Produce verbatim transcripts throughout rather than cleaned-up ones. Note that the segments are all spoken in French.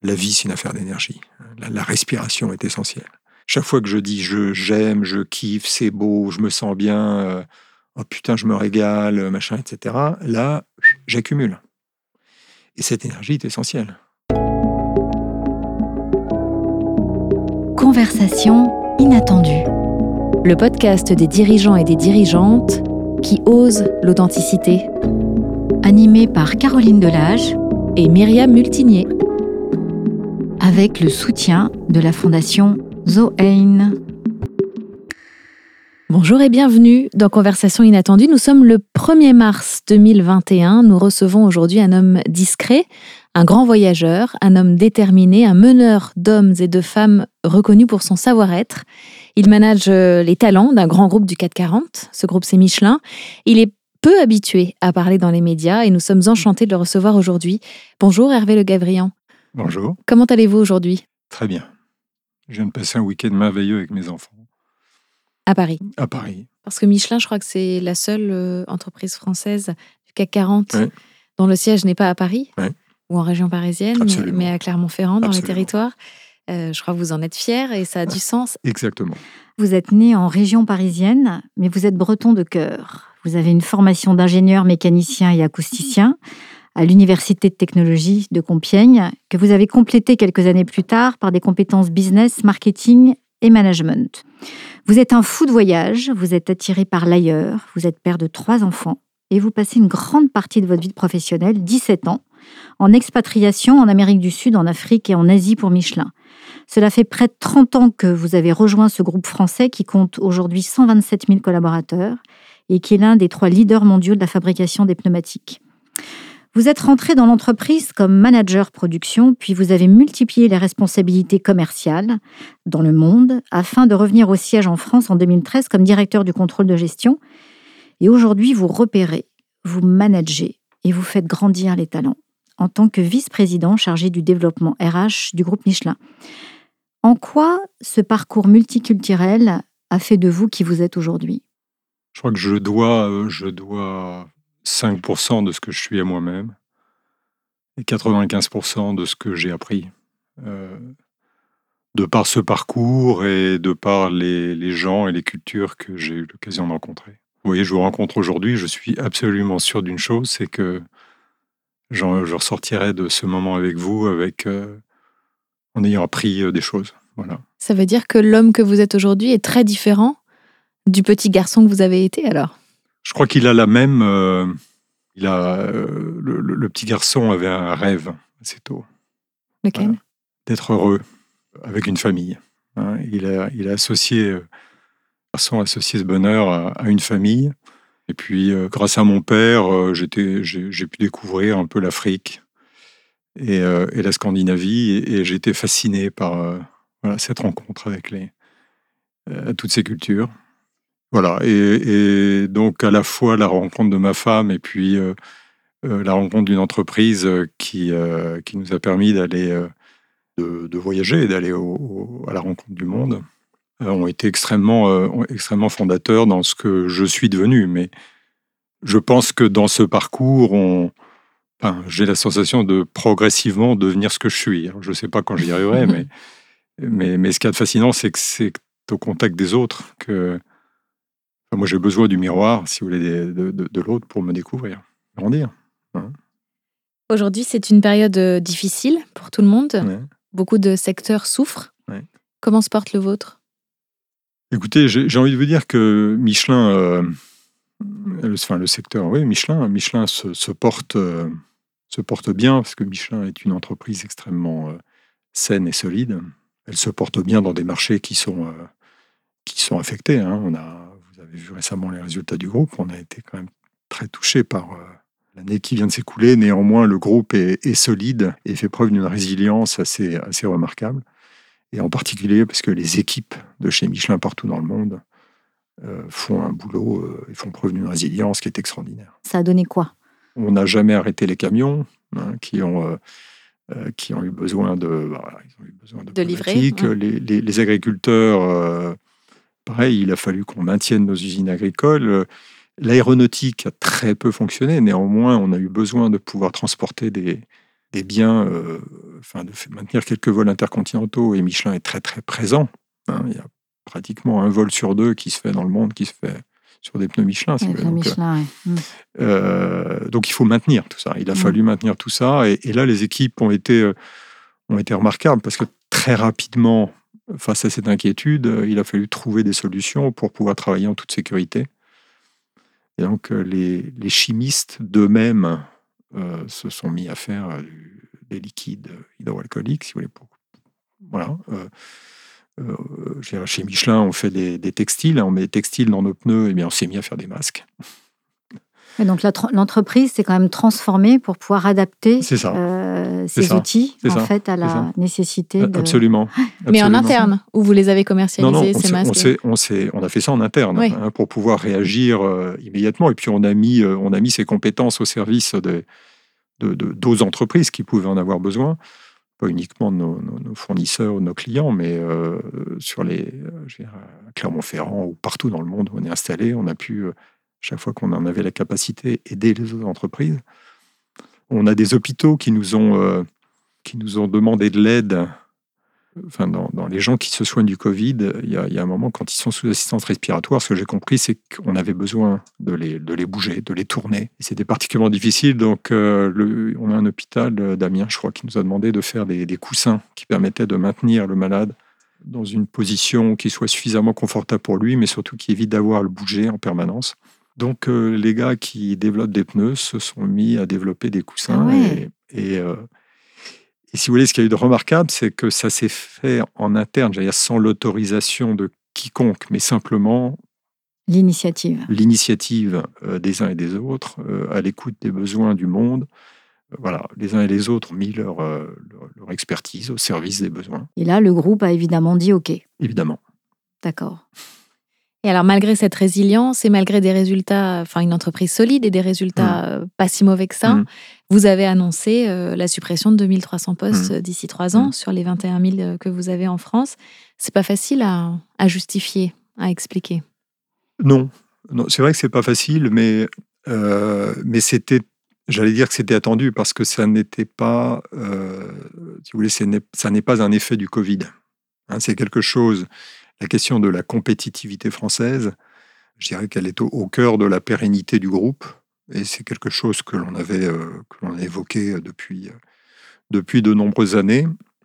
La vie, c'est une affaire d'énergie. La, la respiration est essentielle. Chaque fois que je dis je j'aime, je kiffe, c'est beau, je me sens bien, euh, oh putain, je me régale, machin, et cetera. Là, j'accumule. Et cette énergie est essentielle. Conversation inattendue. Le podcast des dirigeants et des dirigeantes qui osent l'authenticité. Animé par Caroline Delage et Myriam Multinier. Avec le soutien de la Fondation Zoein. Bonjour et bienvenue dans Conversation inattendue. Nous sommes le premier mars deux mille vingt et un. Nous recevons aujourd'hui un homme discret, un grand voyageur, un homme déterminé, un meneur d'hommes et de femmes reconnu pour son savoir-être. Il manage les talents d'un grand groupe du C A C quarante. Ce groupe, c'est Michelin. Il est peu habitué à parler dans les médias et nous sommes enchantés de le recevoir aujourd'hui. Bonjour Hervé Le Gavrian. Bonjour. Comment allez-vous aujourd'hui ? Très bien. Je viens de passer un week-end merveilleux avec mes enfants. À Paris. À Paris. Parce que Michelin, je crois que c'est la seule euh, entreprise française du C A C quarante ouais. dont le siège n'est pas à Paris ouais. ou en région parisienne, mais, mais à Clermont-Ferrand, dans Absolument. les territoires. Euh, je crois que vous en êtes fiers et ça a du sens. Exactement. Vous êtes né en région parisienne, mais vous êtes breton de cœur. Vous avez une formation d'ingénieur mécanicien et acousticien à l'Université de technologie de Compiègne, que vous avez complétée quelques années plus tard par des compétences business, marketing et management. Vous êtes un fou de voyage, vous êtes attiré par l'ailleurs, vous êtes père de trois enfants et vous passez une grande partie de votre vie professionnelle, dix-sept ans, en expatriation en Amérique du Sud, en Afrique et en Asie pour Michelin. Cela fait près de trente ans que vous avez rejoint ce groupe français qui compte aujourd'hui cent vingt-sept mille collaborateurs et qui est l'un des trois leaders mondiaux de la fabrication des pneumatiques. Vous êtes rentré dans l'entreprise comme manager production, puis vous avez multiplié les responsabilités commerciales dans le monde afin de revenir au siège en France en deux mille treize comme directeur du contrôle de gestion. Et aujourd'hui, vous repérez, vous managez et vous faites grandir les talents en tant que vice-président chargé du développement R H du groupe Michelin. En quoi ce parcours multiculturel a fait de vous qui vous êtes aujourd'hui ? Je crois que je dois, je dois cinq pour cent de ce que je suis à moi-même et quatre-vingt-quinze pour cent de ce que j'ai appris. Euh, de par ce parcours et de par les, les gens et les cultures que j'ai eu l'occasion de rencontrer. Vous voyez, je vous rencontre aujourd'hui, je suis absolument sûr d'une chose, c'est que j'en, je ressortirai de ce moment avec vous avec, euh, en ayant appris euh, des choses. Voilà. Ça veut dire que l'homme que vous êtes aujourd'hui est très différent du petit garçon que vous avez été alors ? Je crois qu'il a la même... Euh, il a, euh, le, le, le petit garçon avait un rêve assez tôt. Lequel ? Voilà. D'être heureux avec une famille. Hein. Il, a, il a associé... Euh, le garçon a associé ce bonheur à, à une famille. Et puis, euh, grâce à mon père, euh, j'étais, j'ai, j'ai pu découvrir un peu l'Afrique et, euh, et la Scandinavie. Et, et j'ai été fasciné par euh, voilà, cette rencontre avec les, euh, toutes ces cultures. Voilà, et, et donc à la fois la rencontre de ma femme et puis euh, euh, la rencontre d'une entreprise qui, euh, qui nous a permis d'aller, euh, de, de voyager et d'aller au, au, à la rencontre du monde, euh, ont été extrêmement, euh, extrêmement fondateurs dans ce que je suis devenu. Mais je pense que dans ce parcours, on, enfin, j'ai la sensation de progressivement devenir ce que je suis. Alors, je ne sais pas quand j'y arriverai, mais, mais, mais ce qui est fascinant, c'est que c'est au contact des autres que... Moi, j'ai besoin du miroir, si vous voulez, de, de, de l'autre pour me découvrir, grandir. Hein. Aujourd'hui, c'est une période difficile pour tout le monde. Ouais. Beaucoup de secteurs souffrent. Ouais. Comment se porte le vôtre ? Écoutez, j'ai, j'ai envie de vous dire que Michelin, euh, le, enfin le secteur, oui, Michelin, Michelin se, se, porte, euh, se porte bien, parce que Michelin est une entreprise extrêmement euh, saine et solide. Elle se porte bien dans des marchés qui sont, euh, qui sont affectés. Hein. On a... Vous avez vu récemment les résultats du groupe, on a été quand même très touché par euh, l'année qui vient de s'écouler. Néanmoins, le groupe est, est solide et fait preuve d'une résilience assez, assez remarquable. Et en particulier parce que les équipes de chez Michelin partout dans le monde euh, font un boulot euh, et font preuve d'une résilience qui est extraordinaire. Ça a donné quoi ? On n'a jamais arrêté les camions hein, qui ont... Euh, euh, qui ont eu besoin de, bah, ils ont eu besoin de, de livrer. Ouais. Les, les, les agriculteurs... Euh, Pareil, il a fallu qu'on maintienne nos usines agricoles. L'aéronautique a très peu fonctionné. Néanmoins, on a eu besoin de pouvoir transporter des, des biens, euh, enfin, de maintenir quelques vols intercontinentaux, et Michelin est très très présent. Hein. Il y a pratiquement un vol sur deux qui se fait dans le monde, qui se fait sur des pneus Michelin. Si Avec vous le voulez. Donc, Michelin, oui. Mmh. euh, donc il faut maintenir tout ça. Il a Mmh. fallu maintenir tout ça. Et, et là, les équipes ont été, euh, ont été remarquables parce que très rapidement, face à cette inquiétude, euh, il a fallu trouver des solutions pour pouvoir travailler en toute sécurité. Et donc, euh, les, les chimistes d'eux-mêmes euh, se sont mis à faire euh, du- des liquides hydroalcooliques, si vous voulez. Pour, voilà. Euh, euh, je dirais, chez Michelin, on fait des, des textiles. On met des textiles dans nos pneus, et bien on s'est mis à faire des masques. Et donc la tra- l'entreprise s'est quand même transformée pour pouvoir adapter C'est ça. euh, C'est ses ça. outils C'est en ça. fait à C'est la ça. nécessité de. Absolument. Mais en Absolument. interne, où vous les avez commercialisés, Non, non, on, ces s'est- on, masques. s'est- on, s'est- on a fait ça en interne Oui. hein, pour pouvoir réagir euh, immédiatement. Et puis, on a mis, euh, on a mis ces compétences au service de, de, de- d'autres entreprises qui pouvaient en avoir besoin. Pas uniquement de nos, nos- nos fournisseurs ou nos clients, mais euh, sur les, euh, je veux dire, à Clermont-Ferrand ou partout dans le monde où on est installé, on a pu, euh, chaque fois qu'on en avait la capacité, aider les autres entreprises. On a des hôpitaux qui nous ont, euh, qui nous ont demandé de l'aide. Enfin, dans, dans les gens qui se soignent du Covid, il y, a, il y a un moment, quand ils sont sous assistance respiratoire, ce que j'ai compris, c'est qu'on avait besoin de les, de les bouger, de les tourner. Et c'était particulièrement difficile. Donc, euh, le, on a un hôpital d'Amiens, je crois, qui nous a demandé de faire des, des coussins qui permettaient de maintenir le malade dans une position qui soit suffisamment confortable pour lui, mais surtout qui évite d'avoir à le bouger en permanence. Donc, euh, les gars qui développent des pneus se sont mis à développer des coussins. Ah ouais. Et, et euh, Et si vous voulez, ce qu'il y a eu de remarquable, c'est que ça s'est fait en interne, j'allais dire sans l'autorisation de quiconque, mais simplement L'initiative. l'initiative euh, des uns et des autres, euh, à l'écoute des besoins du monde. Euh, Voilà, les uns et les autres ont mis leur, euh, leur, leur expertise au service des besoins, Et là, le groupe a évidemment dit OK. évidemment. D'accord. Et alors, malgré cette résilience et malgré des résultats, enfin une entreprise solide et des résultats euh, pas si mauvais que ça, Mmh. vous avez annoncé euh, la suppression de deux mille trois cents postes Mmh. euh, d'ici trois ans Mmh. sur les vingt et un mille que vous avez en France. C'est pas facile à, à justifier, à expliquer. Non, non c'est vrai que c'est pas facile, mais, euh, mais c'était, j'allais dire que c'était attendu parce que ça n'était pas, euh, si vous voulez, ce n'est- ça n'est pas un effet du Covid. Hein, c'est quelque chose. La question de la compétitivité française, je dirais qu'elle est au, au cœur de la pérennité du groupe, et c'est quelque chose que l'on avait, euh, que l'on a évoqué depuis, euh, depuis de nombreuses années,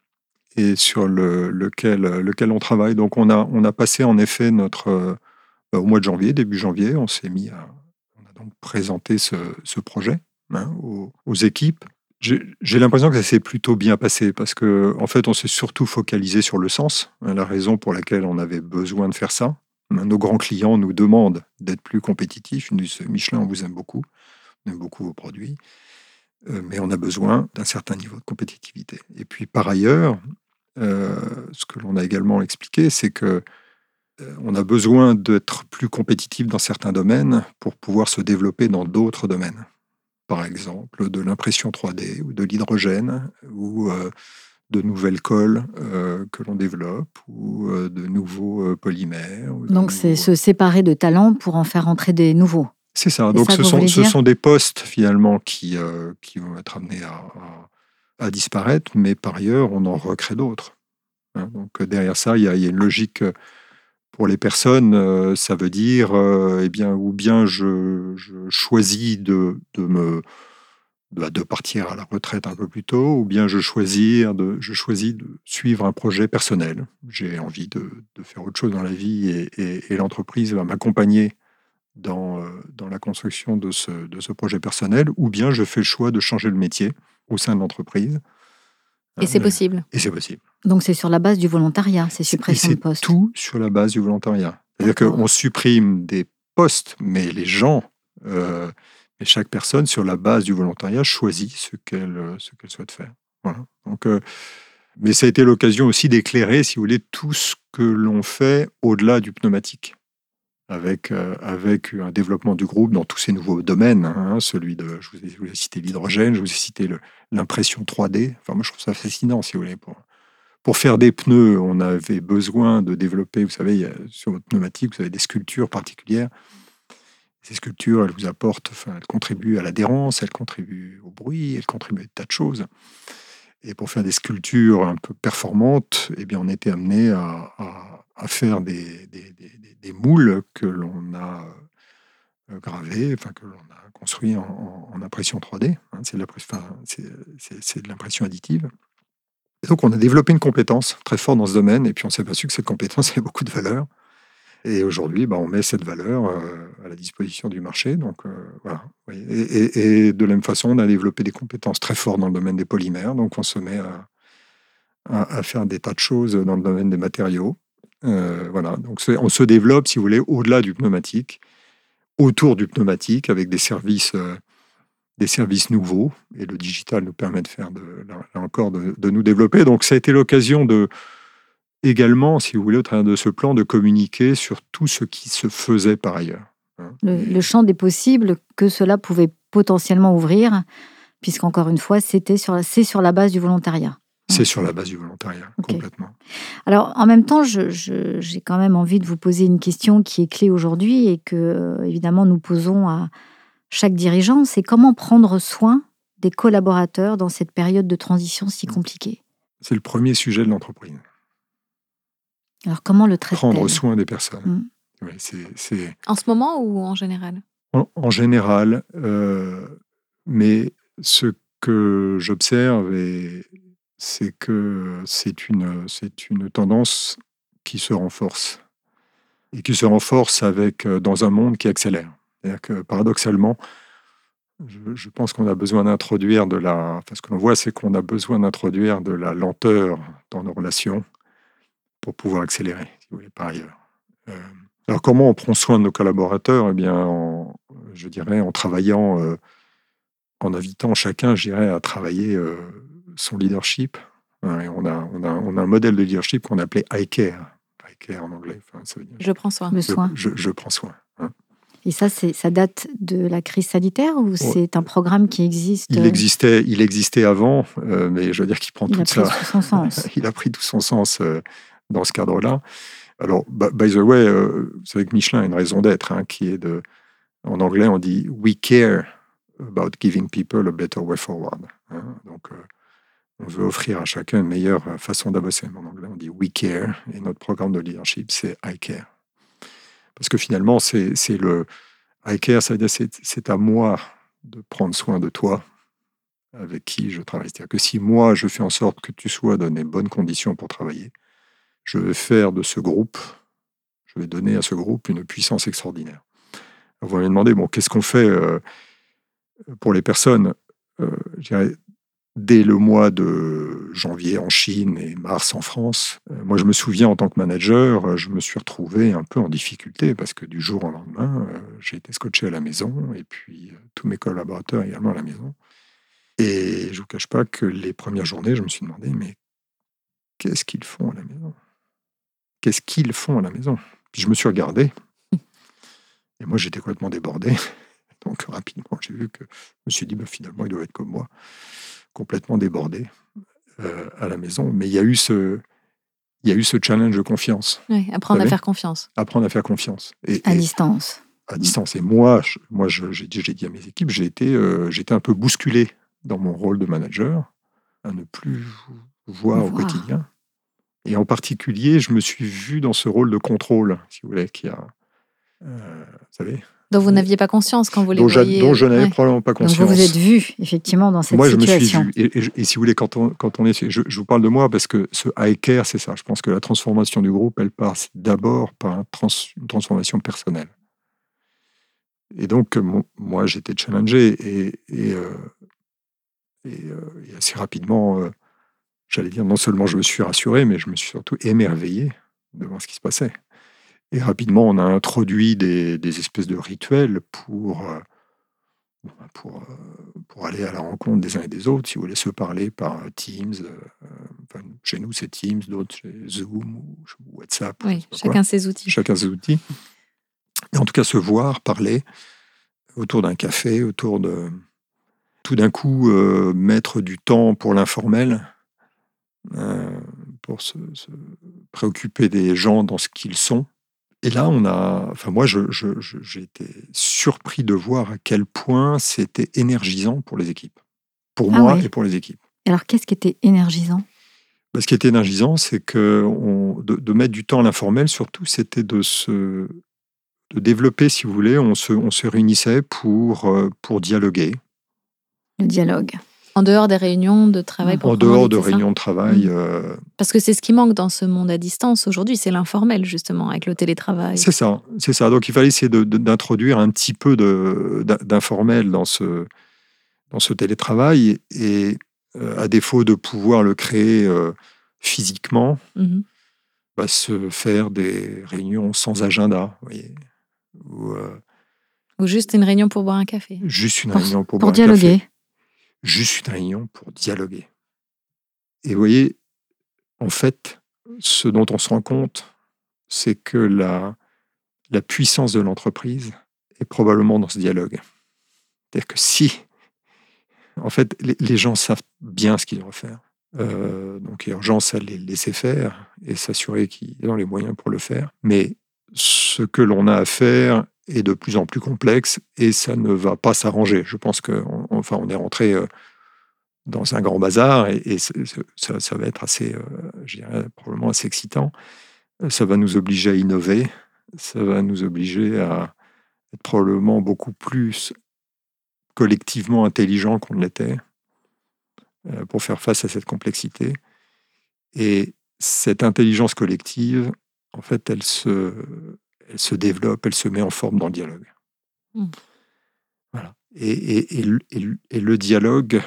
et sur le, lequel, lequel on travaille. Donc on a, on a passé en effet notre, euh, au mois de janvier, début janvier, on s'est mis à, on a donc présenté ce, ce projet hein, aux, aux équipes. J'ai j'ai l'impression que ça s'est plutôt bien passé parce que en fait, on s'est surtout focalisé sur le sens, hein, la raison pour laquelle on avait besoin de faire ça. Nos grands clients nous demandent d'être plus compétitifs. Ils nous disent Michelin, on vous aime beaucoup, on aime beaucoup vos produits, euh, mais on a besoin d'un certain niveau de compétitivité. Et puis par ailleurs, euh, ce que l'on a également expliqué, c'est que euh, on a besoin d'être plus compétitif dans certains domaines pour pouvoir se développer dans d'autres domaines. Par exemple, de l'impression trois D ou de l'hydrogène ou euh, de nouvelles colles euh, que l'on développe ou euh, de nouveaux euh, polymères. ou de Donc c'est nouveaux- se séparer de talents pour en faire entrer des nouveaux. C'est ça. C'est Donc ça ce que vous sont, voulez ce dire sont des postes finalement qui, euh, qui vont être amenés à, à- à disparaître, mais par ailleurs, on en recrée d'autres. Hein. Donc euh, derrière ça, il y a, il y a une logique. euh, Pour les personnes, euh, ça veut dire, euh, eh bien, ou bien je, je choisis de, de me de, de partir à la retraite un peu plus tôt, ou bien je choisis de, je choisis de suivre un projet personnel. J'ai envie de, de faire autre chose dans la vie et, et- et l'entreprise va m'accompagner dans, euh, dans la construction de ce, de ce projet personnel, ou bien je fais le choix de changer le métier au sein de l'entreprise. Et c'est Euh, possible. Et c'est possible. Donc c'est sur la base du volontariat, ces Et suppressions de c'est postes. tout sur la base du volontariat. C'est-à-dire D'accord. qu'on supprime des postes, mais les gens, euh, et chaque personne, sur la base du volontariat, choisit ce qu'elle euh, ce qu'elle souhaite faire. Voilà. Donc, euh, mais ça a été l'occasion aussi d'éclairer, si vous voulez, tout ce que l'on fait au-delà du pneumatique, avec, euh, avec un développement du groupe dans tous ces nouveaux domaines. Hein, celui de, je vous ai, je vous ai cité l'hydrogène, je vous ai cité le- l'impression trois D. Enfin, moi, je trouve ça fascinant, si vous voulez, pour, pour faire des pneus, on avait besoin de développer, vous savez, il y a- sur votre pneumatique, vous avez des sculptures particulières. Ces sculptures, elles vous apportent, enfin, elles contribuent à l'adhérence, elles contribuent au bruit, elles contribuent à des tas de choses. Et pour faire des sculptures un peu performantes, eh bien, on était amené à, à, à faire des, des, des, des moules que l'on a gravés, enfin, que l'on a construits en, en, en impression trois D. Hein, c'est, de enfin, c'est, c'est, c'est de l'impression additive. Et donc, on a développé une compétence très forte dans ce domaine, et puis on s'est aperçu que cette compétence avait beaucoup de valeur. Et aujourd'hui, bah, on met cette valeur euh, à la disposition du marché. Donc, euh, voilà. Et, et, et de la même façon, on a développé des compétences très fortes dans le domaine des polymères. Donc, on se met à, à, à faire des tas de choses dans le domaine des matériaux. Euh, voilà. Donc, on se développe, si vous voulez, au-delà du pneumatique, autour du pneumatique, avec des services, euh, des services nouveaux. Et le digital nous permet de faire, de, là, là encore, de, de nous développer. Donc, ça a été l'occasion de également, si vous voulez, au travers de ce plan, de communiquer sur tout ce qui se faisait par ailleurs. Le, le champ des possibles que cela pouvait potentiellement ouvrir, puisqu'encore une fois, c'était sur la, c'est sur la base du volontariat. C'est sur la base du volontariat, okay. Complètement. Alors, en même temps, je, je, j'ai quand même envie de vous poser une question qui est clé aujourd'hui et que, évidemment, nous posons à chaque dirigeant, c'est comment prendre soin des collaborateurs dans cette période de transition si compliquée. C'est le premier sujet de l'entreprise. Alors, comment le traiter ? Prendre soin des personnes. Mmh. Oui, c'est, c'est... En ce moment ou en général ? En, en général, euh, mais ce que j'observe, et, c'est que c'est une, c'est une tendance qui se renforce. Et qui se renforce avec, dans un monde qui accélère. C'est-à-dire que, paradoxalement, je, je pense qu'on a besoin d'introduire de la... Enfin, ce que l'on voit, c'est qu'on a besoin d'introduire de la lenteur dans nos relations pour pouvoir accélérer, si vous voulez, par ailleurs. Euh, alors, comment on prend soin de nos collaborateurs ? Eh bien, en, je dirais, en travaillant, euh, en invitant chacun, je dirais, à travailler euh, son leadership. Hein, et on, a, on, a, on a un modèle de leadership qu'on appelait I care. I care en anglais. Enfin, ça veut dire, je prends soin. Le je, soin. Je, je, je prends soin. Hein. Et ça, c'est, ça date de la crise sanitaire ou c'est un programme qui existe ? Il existait, il existait avant, euh, mais je veux dire qu'il prend il tout ça. Il a pris tout son sens. Il a pris tout son sens euh, dans ce cadre-là. Alors, by the way, euh, vous savez que Michelin a une raison d'être, hein, qui est de... En anglais, on dit « We care about giving people a better way forward hein. ». Donc, euh, on veut offrir à chacun une meilleure façon d'avancer. En anglais, on dit « We care ». Et notre programme de leadership, c'est « I care ». Parce que finalement, c'est, c'est le... I care, ça veut dire c'est, c'est à moi de prendre soin de toi avec qui je travaille. C'est-à-dire que si moi, je fais en sorte que tu sois dans les bonnes conditions pour travailler, je vais faire de ce groupe, je vais donner à ce groupe une puissance extraordinaire. Alors, vous m'avez demandé, bon, qu'est-ce qu'on fait euh, pour les personnes euh, je dirais, dès le mois de janvier en Chine et mars en France. Euh, moi, je me souviens, en tant que manager, je me suis retrouvé un peu en difficulté parce que du jour au lendemain, euh, j'ai été scotché à la maison et puis euh, tous mes collaborateurs également à la maison. Et je ne vous cache pas que les premières journées, je me suis demandé, mais qu'est-ce qu'ils font à la maison ? Qu'est-ce qu'ils font à la maison ? Puis je me suis regardé, et moi j'étais complètement débordé. Donc rapidement, j'ai vu que je me suis dit, bah, finalement, il doit être comme moi, complètement débordé euh, à la maison. Mais il y a eu ce, il y a eu ce challenge de confiance. Oui, apprendre à faire confiance. Apprendre à faire confiance. Et, à et, distance. À distance. Et moi, je, moi je, j'ai, dit, j'ai dit à mes équipes, j'ai été, euh, j'étais un peu bousculé dans mon rôle de manager, à ne plus voir au quotidien. Et en particulier, je me suis vu dans ce rôle de contrôle, si vous voulez, qui a, euh, vous savez. Dont vous n'aviez pas conscience quand vous les dont voyez. Dont je n'avais ouais. probablement pas conscience. Donc vous vous êtes vu, effectivement, dans cette moi, situation. Moi, je me suis vu. Et, et, et si vous voulez, quand on, quand on est... Je, je vous parle de moi parce que ce I care, c'est ça. Je pense que la transformation du groupe, elle passe d'abord par un trans, une transformation personnelle. Et donc, mon, moi, j'étais challengé. Et, et, euh, et, euh, et assez rapidement, euh, j'allais dire, non seulement je me suis rassuré, mais je me suis surtout émerveillé devant ce qui se passait. Et rapidement, on a introduit des, des espèces de rituels pour, euh, pour, euh, pour aller à la rencontre des uns et des autres, si vous voulez se parler par Teams. Euh, enfin, chez nous, c'est Teams, d'autres, c'est Zoom ou WhatsApp. Oui, chacun ses outils. Chacun ses outils. Et en tout cas, se voir, parler autour d'un café, autour de... Tout d'un coup, euh, mettre du temps pour l'informel, euh, pour se, se préoccuper des gens dans ce qu'ils sont. Et là, on a, enfin moi, je, je, je, j'ai été surpris de voir à quel point c'était énergisant pour les équipes. Pour Ah moi ouais. et pour les équipes. Alors, qu'est-ce qui était énergisant ? Bah, ce qui était énergisant, c'est que on, de, de mettre du temps à l'informel, surtout, c'était de se de développer, si vous voulez, on se, on se réunissait pour, euh, pour dialoguer. Le dialogue. En dehors des réunions de travail En proprement En dehors dites, de c'est ça réunions de travail. Mmh. euh, Parce que c'est ce qui manque dans ce monde à distance aujourd'hui, c'est l'informel justement, avec le télétravail. c'est ça, c'est ça. Donc il fallait essayer de, de, d'introduire un petit peu de, d'informel dans ce, dans ce télétravail. Et euh, à défaut de pouvoir le créer euh, physiquement, Mmh. bah, se faire des réunions sans agenda, vous voyez, ou euh, Ou juste une réunion pour boire un café. juste une Pour, réunion pour, pour boire dialoguer. un café. Juste une réunion pour dialoguer. Et vous voyez, en fait, ce dont on se rend compte, c'est que la, la puissance de l'entreprise est probablement dans ce dialogue. C'est-à-dire que si, en fait, les, les gens savent bien ce qu'ils doivent faire, euh, donc il y a urgence à les laisser faire et s'assurer qu'ils ont les moyens pour le faire. Mais ce que l'on a à faire est de plus en plus complexe et ça ne va pas s'arranger. Je pense qu'on enfin, on est rentré euh, dans un grand bazar et, et ça, ça va être assez, euh, je dirais, probablement assez excitant. Ça va nous obliger à innover, ça va nous obliger à être probablement beaucoup plus collectivement intelligents qu'on ne l'était euh, pour faire face à cette complexité. Et cette intelligence collective, en fait, elle se, elle se développe, elle se met en forme dans le dialogue. Mmh. Voilà. Et, et, et, et, et le dialogue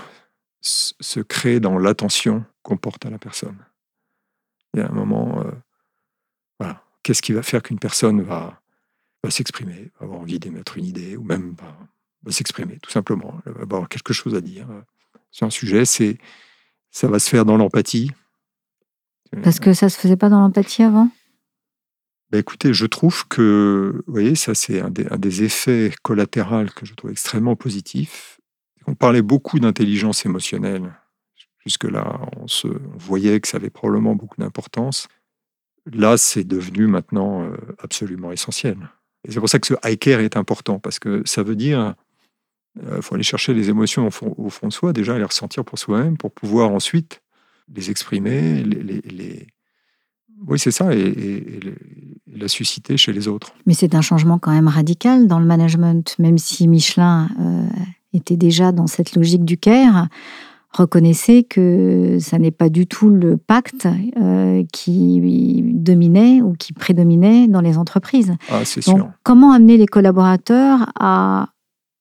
se crée dans l'attention qu'on porte à la personne. Il y a un moment, euh, voilà, qu'est-ce qui va faire qu'une personne va, va s'exprimer, va avoir envie d'émettre une idée, ou même va, va s'exprimer, tout simplement. Elle va avoir quelque chose à dire sur un sujet. C'est, ça va se faire dans l'empathie. Parce que ça ne se faisait pas dans l'empathie avant ? Ben écoutez, je trouve que, vous voyez, ça c'est un des, un des effets collatéraux que je trouve extrêmement positif. On parlait beaucoup d'intelligence émotionnelle. Jusque-là, on, se, on voyait que ça avait probablement beaucoup d'importance. Là, c'est devenu maintenant euh, absolument essentiel. Et c'est pour ça que ce I care est important, parce que ça veut dire qu'il euh, faut aller chercher les émotions au fond, au fond de soi, déjà les ressentir pour soi-même, pour pouvoir ensuite les exprimer, les, les, les... oui, c'est ça, et, et, et, les, et la susciter chez les autres. Mais c'est un changement quand même radical dans le management, même si Michelin euh, était déjà dans cette logique du care. Reconnaissez que ça n'est pas du tout le pacte euh, qui dominait ou qui prédominait dans les entreprises. Ah, c'est Donc, sûr. comment amener les collaborateurs à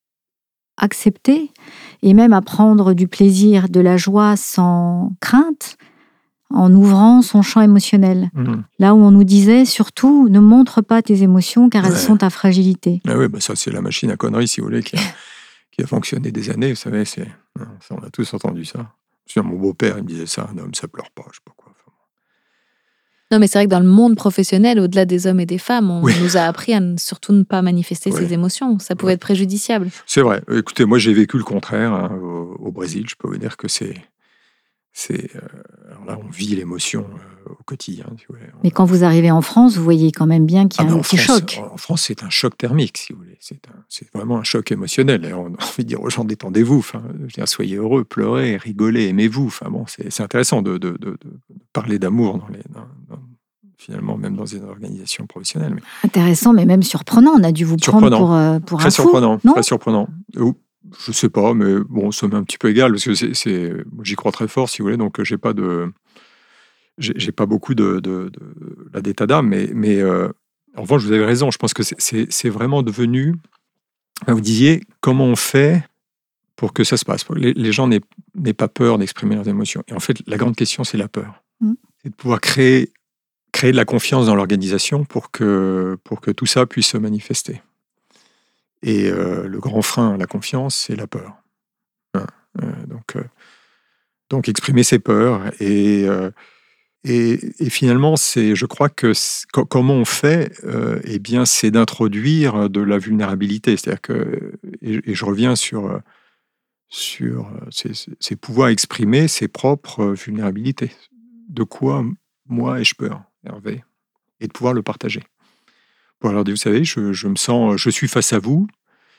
accepter et même à prendre du plaisir, de la joie sans crainte, en ouvrant son champ émotionnel. Mmh. Là où on nous disait, surtout, ne montre pas tes émotions car Ouais. elles sont ta fragilité. Ah oui, bah ça c'est la machine à conneries, si vous voulez, qui a, qui a fonctionné des années, vous savez, c'est, ça, on a tous entendu ça. Sur mon beau-père, il me disait ça, un homme, ça pleure pas, je sais pas quoi. Enfin, Non, mais c'est vrai que dans le monde professionnel, au-delà des hommes et des femmes, on Oui. nous a appris à ne, surtout ne pas manifester Oui. ses émotions. Ça pouvait Oui. être préjudiciable. c'est vrai. Écoutez, moi j'ai vécu le contraire hein, au, au Brésil. Je peux vous dire que c'est, c'est, euh, alors là, on vit l'émotion euh, au quotidien. Si vous voulez. Mais quand vous arrivez en France, vous voyez quand même bien qu'il y a Ah, un mais en petit France, choc. En France, c'est un choc thermique, si vous voulez. C'est, un, c'est vraiment un choc émotionnel. Et on a envie de dire aux gens, détendez-vous. Enfin, je veux dire, soyez heureux, pleurez, rigolez, aimez-vous. Enfin bon, c'est, c'est intéressant de, de, de, de parler d'amour dans les, dans, dans, finalement, même dans une organisation professionnelle. Mais Intéressant, mais même surprenant. On a dû vous prendre Surprenant. pour, euh, pour très un fou. surprenant, Non très surprenant. Ou, je sais pas, mais bon, ça m'est un petit peu égal parce que c'est, c'est, moi, j'y crois très fort, si vous voulez. Donc, j'ai pas de, j'ai, j'ai pas beaucoup de, de, de là, d'état d'âme, mais, mais euh, en revanche, vous avez raison. Je pense que c'est, c'est, c'est vraiment devenu. Enfin, vous disiez comment on fait pour que ça se passe, pour que les, les gens n'aient, n'aient pas peur d'exprimer leurs émotions. Et en fait, la grande question, c'est la peur. Mm. C'est de pouvoir créer, créer de la confiance dans l'organisation pour que, pour que tout ça puisse se manifester. Et euh, le grand frein à la confiance, c'est la peur. Hein, euh, donc, euh, donc, exprimer ses peurs. Et, euh, et, et finalement, c'est, je crois que c'est, comment on fait, euh, eh bien, c'est d'introduire de la vulnérabilité. C'est-à-dire que, et, et je reviens sur, sur c'est, c'est pouvoir exprimer ses propres vulnérabilités. De quoi moi ai-je peur, Hervé ? Et de pouvoir le partager. Pour leur dire, vous savez, je, je me sens, je suis face à vous.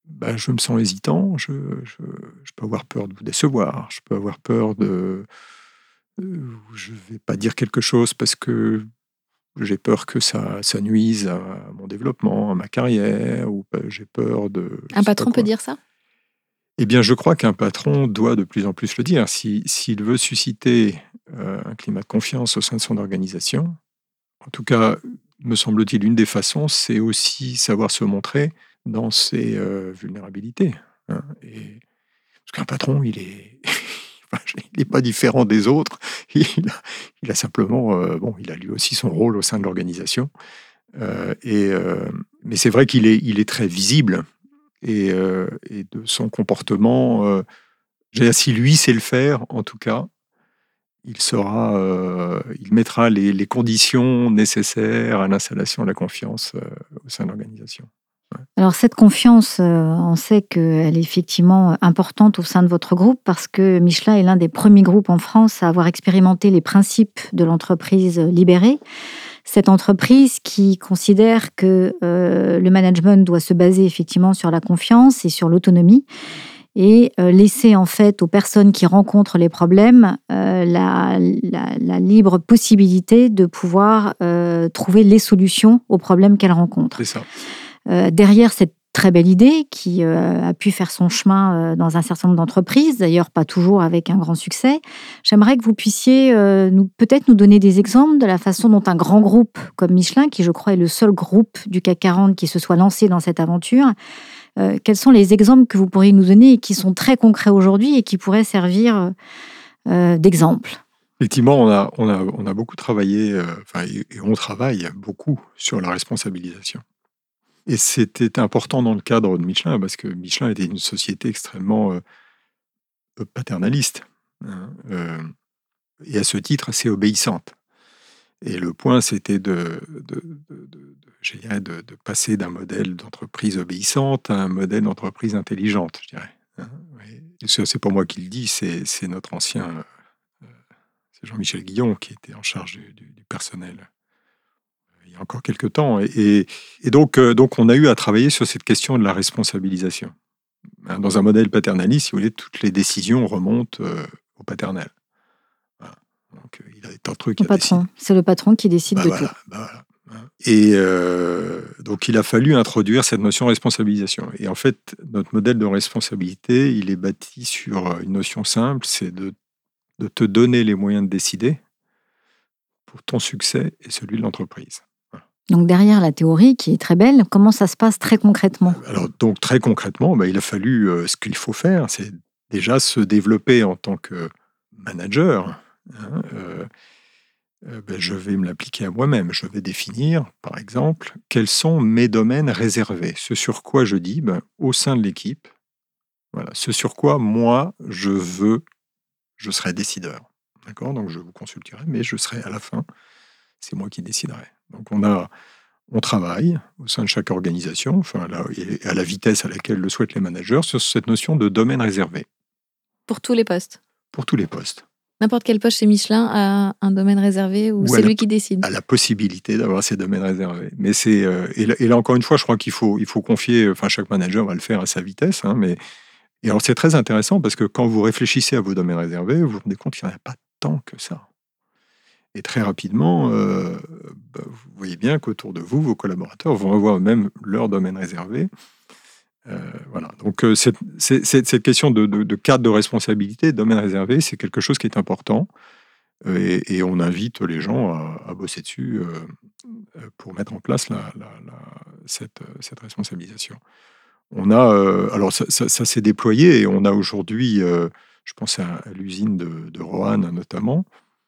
ben, je me sens hésitant, je, je, je peux avoir peur de vous décevoir, je peux avoir peur de... Euh, je ne vais pas dire quelque chose parce que j'ai peur que ça, ça nuise à mon développement, à ma carrière, ou ben, j'ai peur de... Un patron peut dire ça ? Eh bien, je crois qu'un patron doit de plus en plus le dire. Si, s'il veut susciter euh, un climat de confiance au sein de son organisation, en tout cas, me semble-t-il, une des façons, c'est aussi savoir se montrer dans ses euh, vulnérabilités. Hein. Et, parce qu'un patron, il est, il n'est pas différent des autres. Il a, il a simplement, euh, bon, il a lui aussi son rôle au sein de l'organisation. Euh, et, euh, mais c'est vrai qu'il est, il est très visible. Et, euh, et de son comportement, euh, si lui sait le faire, en tout cas, il sera, euh, il mettra les, les conditions nécessaires à l'installation de la confiance euh, au sein de l'organisation. Ouais. Alors cette confiance, euh, on sait qu'elle est effectivement importante au sein de votre groupe parce que Michelin est l'un des premiers groupes en France à avoir expérimenté les principes de l'entreprise libérée. Cette entreprise qui considère que euh, le management doit se baser effectivement sur la confiance et sur l'autonomie et euh, laisser en fait aux personnes qui rencontrent les problèmes euh, la, la, la libre possibilité de pouvoir euh, trouver les solutions aux problèmes qu'elles rencontrent. C'est ça. Euh, derrière cette très belle idée qui euh, a pu faire son chemin euh, dans un certain nombre d'entreprises, d'ailleurs pas toujours avec un grand succès. J'aimerais que vous puissiez euh, nous, peut-être nous donner des exemples de la façon dont un grand groupe comme Michelin, qui je crois est le seul groupe du C A C quarante qui se soit lancé dans cette aventure, euh, quels sont les exemples que vous pourriez nous donner et qui sont très concrets aujourd'hui et qui pourraient servir euh, d'exemple? Effectivement, on a, on a, on a beaucoup travaillé, euh, enfin, et, et on travaille beaucoup sur la responsabilisation. Et c'était important dans le cadre de Michelin, parce que Michelin était une société extrêmement euh, paternaliste, hein, euh, et à ce titre assez obéissante. Et le point, c'était de, de, de, de, je dirais, de, de passer d'un modèle d'entreprise obéissante à un modèle d'entreprise intelligente, je dirais. Hein. Et ça, c'est pas moi qui le dis, c'est, c'est notre ancien, euh, c'est Jean-Michel Guillon qui était en charge du, du, du personnel il y a encore quelques temps. Et, et donc, euh, donc, on a eu à travailler sur cette question de la responsabilisation. Dans un modèle paternaliste, si vous voulez, toutes les décisions remontent euh, au paternel. Voilà. Donc, il y a tant de trucs à décider. C'est le patron qui décide bah de voilà, tout. Bah voilà. Et euh, donc, il a fallu introduire cette notion de responsabilisation. Et en fait, notre modèle de responsabilité, il est bâti sur une notion simple, c'est de, de te donner les moyens de décider pour ton succès et celui de l'entreprise. Donc derrière la théorie, qui est très belle, comment ça se passe très concrètement? Alors donc très concrètement, bah, il a fallu, euh, ce qu'il faut faire, c'est déjà se développer en tant que manager. Hein, euh, euh, bah, je vais me l'appliquer à moi-même. Je vais définir, par exemple, quels sont mes domaines réservés. Ce sur quoi je dis, bah, au sein de l'équipe, voilà, ce sur quoi moi je veux, je serai décideur. D'accord ? Donc je vous consulterai, mais je serai à la fin, c'est moi qui déciderai. Donc on a On travaille au sein de chaque organisation, enfin, là, et à la vitesse à laquelle le souhaitent les managers, sur cette notion de domaine réservé. Pour tous les postes? Pour tous les postes. N'importe quel poste chez Michelin a un domaine réservé ou, ou c'est lui la, qui décide? A la possibilité d'avoir ces domaines réservés. Mais c'est, euh, et, là, et là, encore une fois, je crois qu'il faut, il faut confier, enfin, chaque manager va le faire à sa vitesse. Hein, mais, et alors, c'est très intéressant parce que quand vous réfléchissez à vos domaines réservés, vous vous rendez compte qu'il n'y en a pas tant que ça. Et très rapidement, euh, bah, vous voyez bien qu'autour de vous, vos collaborateurs vont avoir même leur domaine réservé. Euh, voilà. Donc, euh, cette, cette, cette question de, de, de cadre de responsabilité, de domaine réservé, c'est quelque chose qui est important. Euh, et, et on invite les gens à, à bosser dessus euh, pour mettre en place la, la, la, cette, cette responsabilisation. On a, euh, alors, ça, ça, ça s'est déployé et on a aujourd'hui, euh, je pense à, à l'usine de, de Roanne notamment.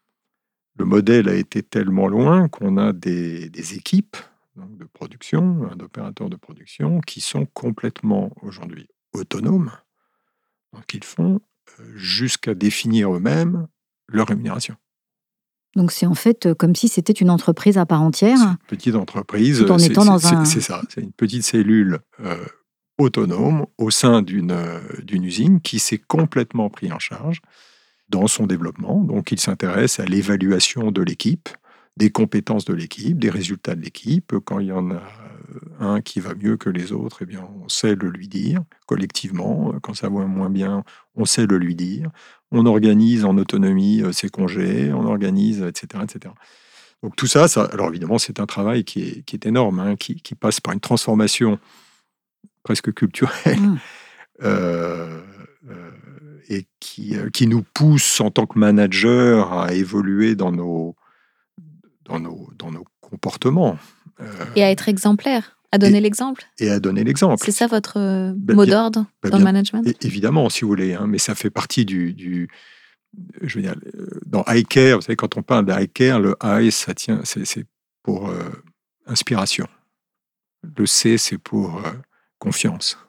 Le modèle a été tellement loin qu'on a des, des équipes donc de production, d'opérateurs de production, qui sont complètement aujourd'hui autonomes. Donc ils font jusqu'à définir eux-mêmes leur rémunération. Donc c'est en fait comme si c'était une entreprise à part entière. C'est une petite entreprise. Tout en c'est, étant c'est, dans c'est, un... c'est ça, c'est une petite cellule euh, autonome au sein d'une, euh, d'une usine qui s'est complètement pris en charge dans son développement. Donc, il s'intéresse à l'évaluation de l'équipe, des compétences de l'équipe, des résultats de l'équipe. Quand il y en a un qui va mieux que les autres, eh bien, on sait le lui dire collectivement. Quand ça va moins bien, on sait le lui dire. On organise en autonomie ses congés, on organise, et cetera, et cetera. Donc tout ça, ça, alors évidemment, c'est un travail qui est, qui est énorme, hein, qui, qui passe par une transformation presque culturelle mmh. euh, euh, et qui, qui nous pousse en tant que manager à évoluer dans nos, dans nos, dans nos comportements. Euh, et à être exemplaire, à donner et, l'exemple. Et à donner l'exemple. C'est ça votre euh, ben, mot d'ordre ben, dans bien, le management? Évidemment, si vous voulez, hein, mais ça fait partie du... du je veux dire, dans High Care, vous savez, quand on parle de High Care, le I, ça tient, c'est, c'est pour euh, inspiration. Le C, c'est pour euh, confiance.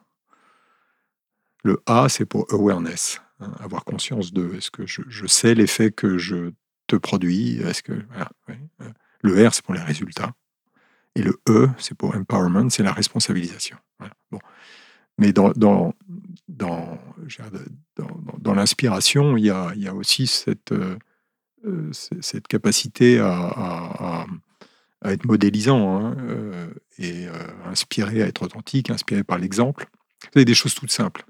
Le A, c'est pour awareness, hein, avoir conscience de est-ce que je, je sais l'effet que je te produis. Est-ce que voilà, ouais. Le R, c'est pour les résultats. Et le E, c'est pour empowerment, c'est la responsabilisation. Voilà. Bon. Mais dans, dans, dans, dans, dans, dans l'inspiration, il y a, il y a aussi cette, euh, cette capacité à, à, à être modélisant, hein, euh, et euh, inspiré à être authentique, inspiré par l'exemple. C'est des choses toutes simples.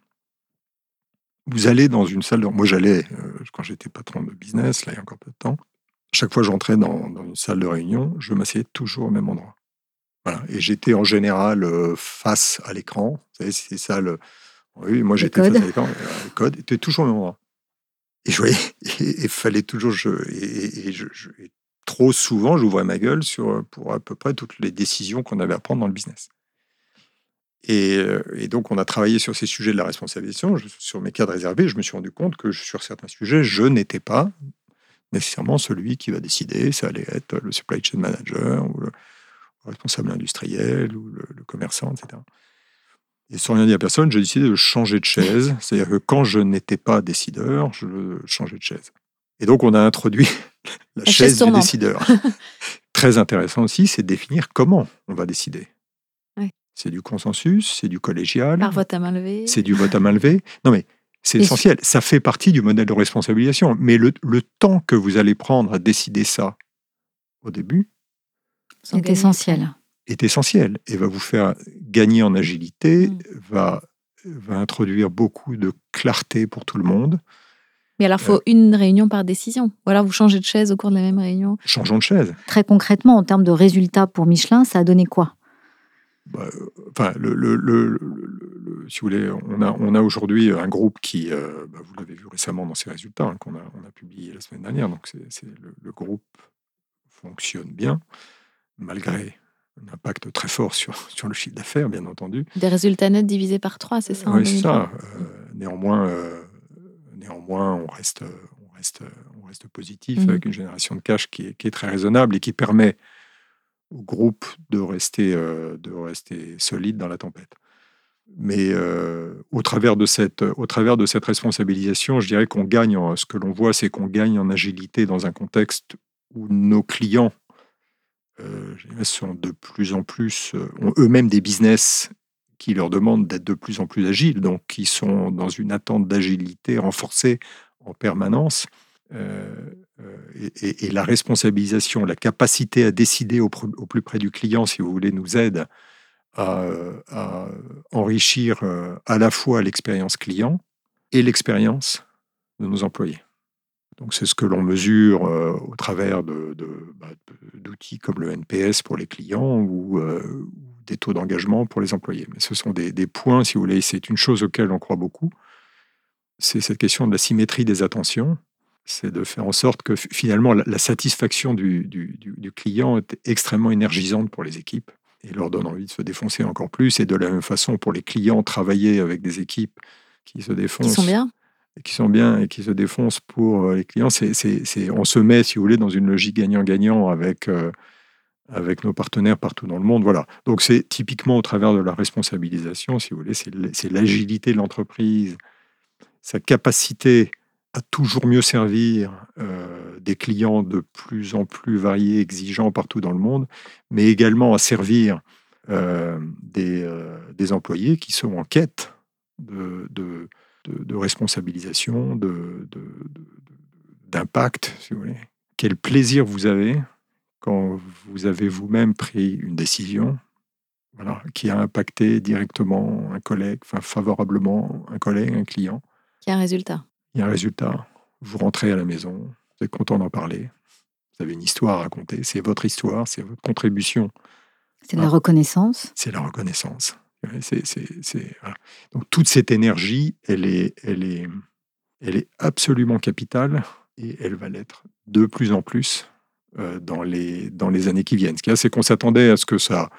Vous allez dans une salle de... Moi, j'allais, euh, quand j'étais patron de business, là, il y a encore peu de temps, chaque fois que j'entrais dans, dans une salle de réunion, je m'asseyais toujours au même endroit. Voilà. Et j'étais en général euh, face à l'écran. Vous savez, c'est ça le... Oui, moi, j'étais face à l'écran. Euh, le code était toujours au même endroit. Et je voyais, et il fallait toujours... Je, et, et, je, je, et trop souvent, j'ouvrais ma gueule sur, pour à peu près toutes les décisions qu'on avait à prendre dans le business. Et, et donc, on a travaillé sur ces sujets de la responsabilisation, je, sur mes cadres réservés. Je me suis rendu compte que sur certains sujets, je n'étais pas nécessairement celui qui va décider. Ça allait être le supply chain manager ou le responsable industriel ou le, le commerçant, et cetera. Et sans rien dire à personne, j'ai décidé de changer de chaise. C'est-à-dire que quand je n'étais pas décideur, je changeais de chaise. Et donc, on a introduit la, la chaise, chaise du décideur. Très intéressant aussi, c'est de définir comment on va décider. Ouais. C'est du consensus, c'est du collégial. Par vote à main levée. C'est du vote à main levée. Non, mais c'est Et essentiel. Je... Ça fait partie du modèle de responsabilisation. Mais le, le temps que vous allez prendre à décider ça au début est essentiel. est essentiel et va vous faire gagner en agilité, mmh. va, va introduire beaucoup de clarté pour tout le monde. Mais alors, il faut euh, une réunion par décision. Ou alors, vous changez de chaise au cours de la même réunion. Changeons de chaise. Très concrètement, en termes de résultats pour Michelin, ça a donné quoi ? Bah, enfin, le, le, le, le, le, si vous voulez, on a, on a aujourd'hui un groupe qui, euh, bah, vous l'avez vu récemment dans ses résultats, hein, qu'on a, on a publié la semaine dernière. Donc, c'est, c'est le, le groupe fonctionne bien, malgré un impact très fort sur, sur le chiffre d'affaires, bien entendu. Des résultats nets divisés par trois, c'est ça? Oui, c'est ça. Euh, néanmoins, euh, néanmoins, on reste, on reste, on reste positif mmh. avec une génération de cash qui est, qui est très raisonnable et qui permet au groupe de rester, euh, de rester solide dans la tempête. Mais euh, au travers de cette, au travers de cette responsabilisation, je dirais qu'on gagne. En, ce que l'on voit, c'est qu'on gagne en agilité dans un contexte où nos clients euh, sont de plus en plus, euh, ont eux-mêmes des business qui leur demandent d'être de plus en plus agiles, donc qui sont dans une attente d'agilité renforcée en permanence. Euh, et, et, et la responsabilisation, la capacité à décider au, au plus près du client, si vous voulez, nous aide à, à enrichir à la fois l'expérience client et l'expérience de nos employés. Donc c'est ce que l'on mesure euh, au travers de, de, bah, d'outils comme le N P S pour les clients ou euh, des taux d'engagement pour les employés. Mais ce sont des, des points, si vous voulez, c'est une chose auquel on croit beaucoup. C'est cette question de la symétrie des attentions. C'est de faire en sorte que finalement la, la satisfaction du, du, du, du client est extrêmement énergisante pour les équipes et leur donne envie de se défoncer encore plus. Et de la même façon, pour les clients, travailler avec des équipes qui se défoncent. Qui sont bien. qui sont bien et qui se défoncent pour les clients, c'est, c'est, c'est, on se met, si vous voulez, dans une logique gagnant-gagnant avec, euh, avec nos partenaires partout dans le monde. Voilà. Donc, c'est typiquement au travers de la responsabilisation, si vous voulez, c'est, c'est l'agilité de l'entreprise, sa capacité à toujours mieux servir euh, des clients de plus en plus variés, exigeants partout dans le monde, mais également à servir euh, des, euh, des employés qui sont en quête de... de De, de responsabilisation, de, de, de, d'impact, si vous voulez. Quel plaisir vous avez quand vous avez vous-même pris une décision, voilà, qui a impacté directement un collègue, enfin favorablement un collègue, un client. Qui a un résultat. Il y a un résultat. Vous rentrez à la maison, vous êtes content d'en parler. Vous avez une histoire à raconter. C'est votre histoire, c'est votre contribution. C'est de la reconnaissance. C'est la reconnaissance. C'est, c'est, c'est, voilà. Donc toute cette énergie, elle est, elle est, elle est absolument capitale et elle va l'être de plus en plus euh, dans, les, dans les années qui viennent. Ce qu'il y a, c'est qu'on s'attendait à ce que ça,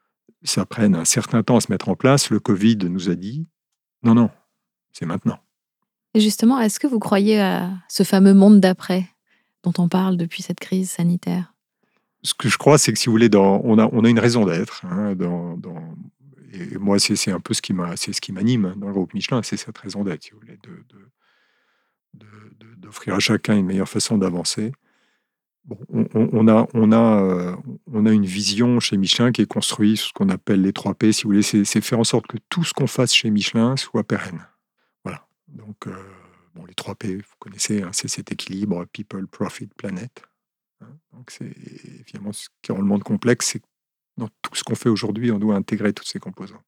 ça prenne un certain temps à se mettre en place. Le Covid nous a dit non, non, c'est maintenant. Et justement, est-ce que vous croyez à ce fameux monde d'après dont on parle depuis cette crise sanitaire? Ce que je crois, c'est que si vous voulez, dans, on, a, on a une raison d'être. Hein, dans, dans, et moi, c'est, c'est un peu ce qui, m'a, c'est ce qui m'anime dans le groupe Michelin, c'est cette raison d'être, si vous voulez, de, de, de, de, d'offrir à chacun une meilleure façon d'avancer. Bon, on, on, a, on, a, euh, on a une vision chez Michelin qui est construite sur ce qu'on appelle les trois P, si vous voulez, c'est, c'est faire en sorte que tout ce qu'on fasse chez Michelin soit pérenne. Voilà. Donc, euh, bon, les trois P, vous connaissez, hein, c'est cet équilibre People, Profit, Planet. Donc c'est finalement ce qui rend le monde complexe, c'est que dans tout ce qu'on fait aujourd'hui, on doit intégrer toutes ces composantes.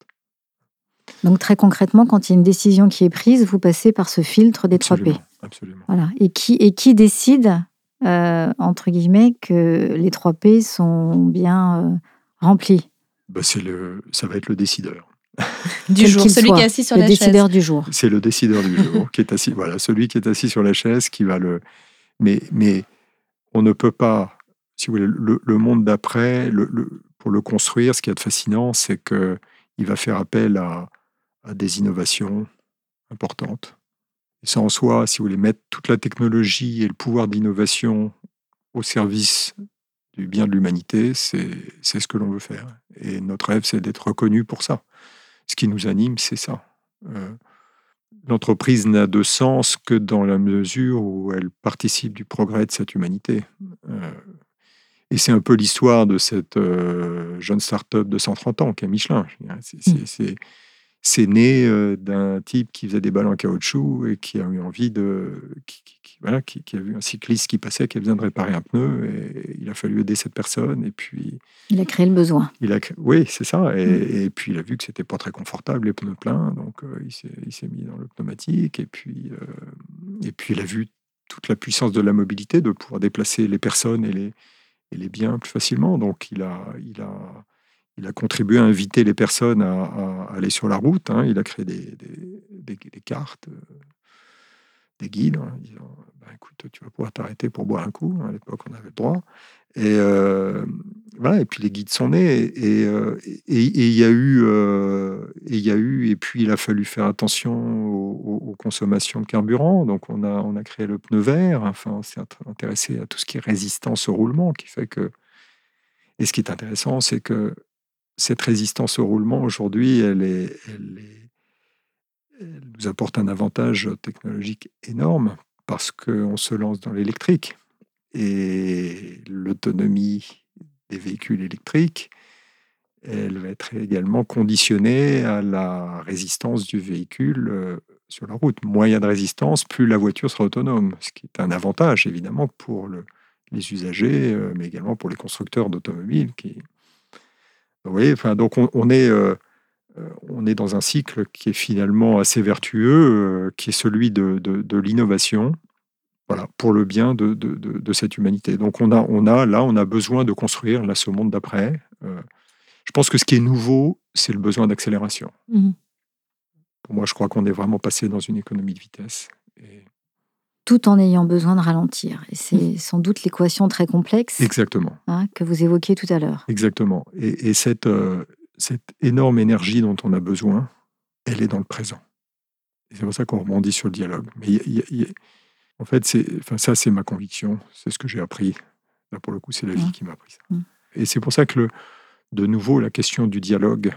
Donc très concrètement, quand il y a une décision qui est prise, vous passez par ce filtre des trois P. Absolument. Voilà. Et qui, et qui décide, euh, entre guillemets, que les trois P sont bien euh, remplis? Bah c'est le, ça va être le décideur. Du jour, celui soit, qui est assis sur la chaise. Le décideur du jour. C'est le décideur du jour, qui est assis, voilà, celui qui est assis sur la chaise, qui va le... Mais... mais on ne peut pas, si vous voulez, le, le monde d'après, le, le, pour le construire, ce qui est fascinant, c'est qu'il va faire appel à, à des innovations importantes. Et ça en soi, si vous voulez, mettre toute la technologie et le pouvoir d'innovation au service du bien de l'humanité, c'est, c'est ce que l'on veut faire. Et notre rêve, c'est d'être reconnu pour ça. Ce qui nous anime, c'est ça. Euh, L'entreprise n'a de sens que dans la mesure où elle participe du progrès de cette humanité. Euh, et c'est un peu l'histoire de cette euh, jeune start-up de cent trente ans, qui est Michelin. C'est, c'est, c'est, c'est né euh, d'un type qui faisait des balles en caoutchouc et qui a eu envie de... Qui, qui, qui, voilà, qui, qui a vu un cycliste qui passait, qui a besoin de réparer un pneu, et il a fallu aider cette personne, et puis... Il a créé le besoin. Il a, oui, c'est ça. Et, mmh. et puis, il a vu que c'était pas très confortable, les pneus pleins, donc euh, il, s'est, il s'est mis dans le pneumatique, et puis, euh, et puis il a vu toute la puissance de la mobilité, de pouvoir déplacer les personnes et les, et les biens plus facilement. Donc, il a... Il a Il a contribué à inviter les personnes à, à aller sur la route. Hein. Il a créé des, des, des, des cartes, euh, des guides, en disant bah, écoute, tu vas pouvoir t'arrêter pour boire un coup. À l'époque, on avait le droit. Et, euh, voilà, et puis les guides sont nés. Et, euh, et, et, il y a eu, euh, et il y a eu, et puis il a fallu faire attention aux, aux consommations de carburant. Donc on a, on a créé le pneu vert. Enfin, on s'est intéressé à tout ce qui est résistance au roulement, qui fait que. Et ce qui est intéressant, c'est que cette résistance au roulement, aujourd'hui, elle, est, elle, est, elle nous apporte un avantage technologique énorme parce qu'on se lance dans l'électrique. Et l'autonomie des véhicules électriques, elle va être également conditionnée à la résistance du véhicule sur la route. Moins il y a de résistance, plus la voiture sera autonome, ce qui est un avantage, évidemment, pour le, les usagers, mais également pour les constructeurs d'automobiles qui... Vous voyez, enfin, donc on, on, est, euh, on est dans un cycle qui est finalement assez vertueux, euh, qui est celui de, de, de l'innovation, voilà, pour le bien de, de, de, de cette humanité. Donc on a, on a, là, on a besoin de construire là, ce monde d'après. Euh, je pense que ce qui est nouveau, c'est le besoin d'accélération. Mmh. Pour moi, je crois qu'on est vraiment passé dans une économie de vitesse. Et... tout en ayant besoin de ralentir. Et c'est sans doute l'équation très complexe. Exactement. Hein, que vous évoquiez tout à l'heure. Exactement. Et, et cette, euh, cette énorme énergie dont on a besoin, elle est dans le présent. Et c'est pour ça qu'on rebondit sur le dialogue. Mais y a, y a, y a... en fait, c'est, enfin, ça, c'est ma conviction. C'est ce que j'ai appris. Là, pour le coup, c'est la vie mmh. qui m'a appris ça. Mmh. Et c'est pour ça que, le, de nouveau, la question du dialogue,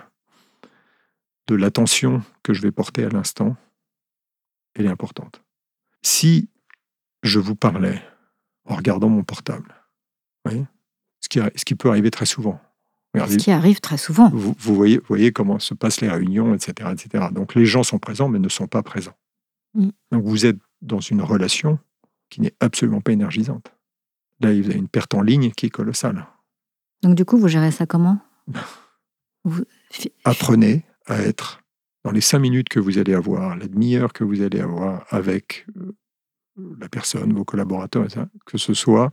de l'attention que je vais porter à l'instant, elle est importante. Si je vous parlais en regardant mon portable, oui, ce, qui, ce qui peut arriver très souvent. Regardez, ce qui arrive très souvent. Vous, vous, voyez, vous voyez comment se passent les réunions, et cetera, et cetera. Donc les gens sont présents, mais ne sont pas présents. Mm. Donc vous êtes dans une relation qui n'est absolument pas énergisante. Là, vous avez une perte en ligne qui est colossale. Donc du coup, vous gérez ça comment? vous... Apprenez à être, dans les cinq minutes que vous allez avoir, la demi-heure que vous allez avoir avec la personne, vos collaborateurs, et ça, que ce soit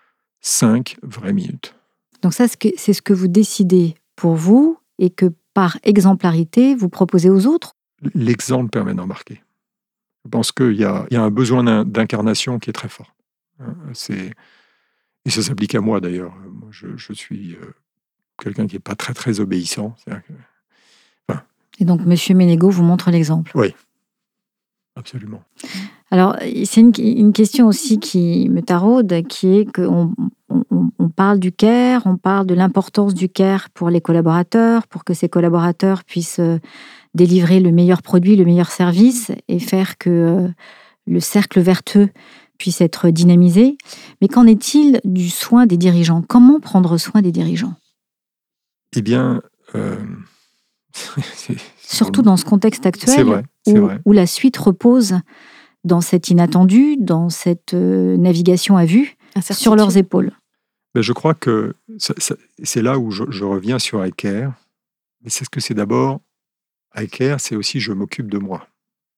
cinq vraies minutes. Donc ça, c'est ce que vous décidez pour vous et que par exemplarité, vous proposez aux autres? L'exemple permet d'embarquer. Je pense qu'il y a, il y a un besoin d'incarnation qui est très fort. C'est, et ça s'applique à moi d'ailleurs. Moi, je, je suis euh, quelqu'un qui n'est pas très très obéissant. Que, enfin, et donc, Monsieur Ménégo vous montre l'exemple. Oui, absolument. Alors, c'est une, une question aussi qui me taraude, qui est qu'on on, on parle du care, on parle de l'importance du care pour les collaborateurs, pour que ces collaborateurs puissent délivrer le meilleur produit, le meilleur service et faire que le cercle vertueux puisse être dynamisé. Mais qu'en est-il du soin des dirigeants? Comment prendre soin des dirigeants? Eh bien... Euh... c'est, c'est Surtout dans ce contexte actuel c'est vrai, c'est où, vrai. où la suite repose dans cet inattendu, dans cette euh, navigation à vue, sur leurs épaules. Ben, je crois que ça, ça, c'est là où je, je reviens sur iCare. Mais c'est ce que c'est d'abord. iCare, c'est aussi je m'occupe de moi.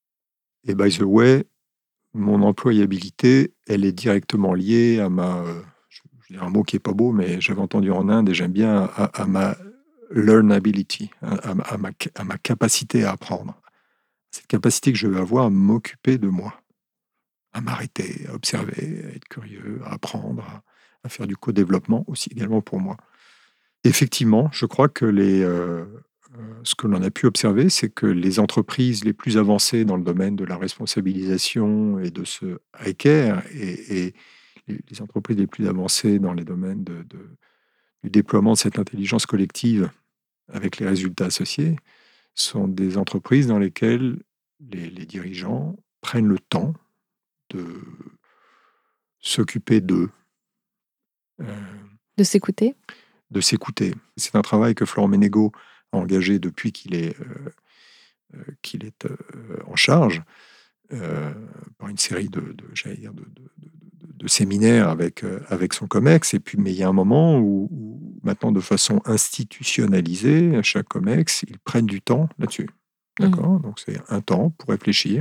Et by the way, mon employabilité, elle est directement liée à ma... Euh, je vais dire un mot qui n'est pas beau, mais j'avais entendu en Inde et j'aime bien, à, à ma learnability, à, à, ma, à ma capacité à apprendre. Cette capacité que je vais avoir à m'occuper de moi, à m'arrêter, à observer, à être curieux, à apprendre, à, à faire du co-développement aussi également pour moi. Effectivement, je crois que les, euh, ce que l'on a pu observer, c'est que les entreprises les plus avancées dans le domaine de la responsabilisation et de ce iCare et, et les entreprises les plus avancées dans les domaines de, de, du déploiement de cette intelligence collective avec les résultats associés sont des entreprises dans lesquelles les, les dirigeants prennent le temps de s'occuper d'eux. Euh, de s'écouter De s'écouter. C'est un travail que Florent Ménégo a engagé depuis qu'il est, euh, euh, qu'il est euh, en charge euh, par une série de, de, j'allais dire de, de, de, de séminaires avec, euh, avec son COMEX. Et puis, mais il y a un moment où, où maintenant, de façon institutionnalisée, à chaque COMEX, ils prennent du temps là-dessus. D'accord ? Mmh. Donc, c'est un temps pour réfléchir.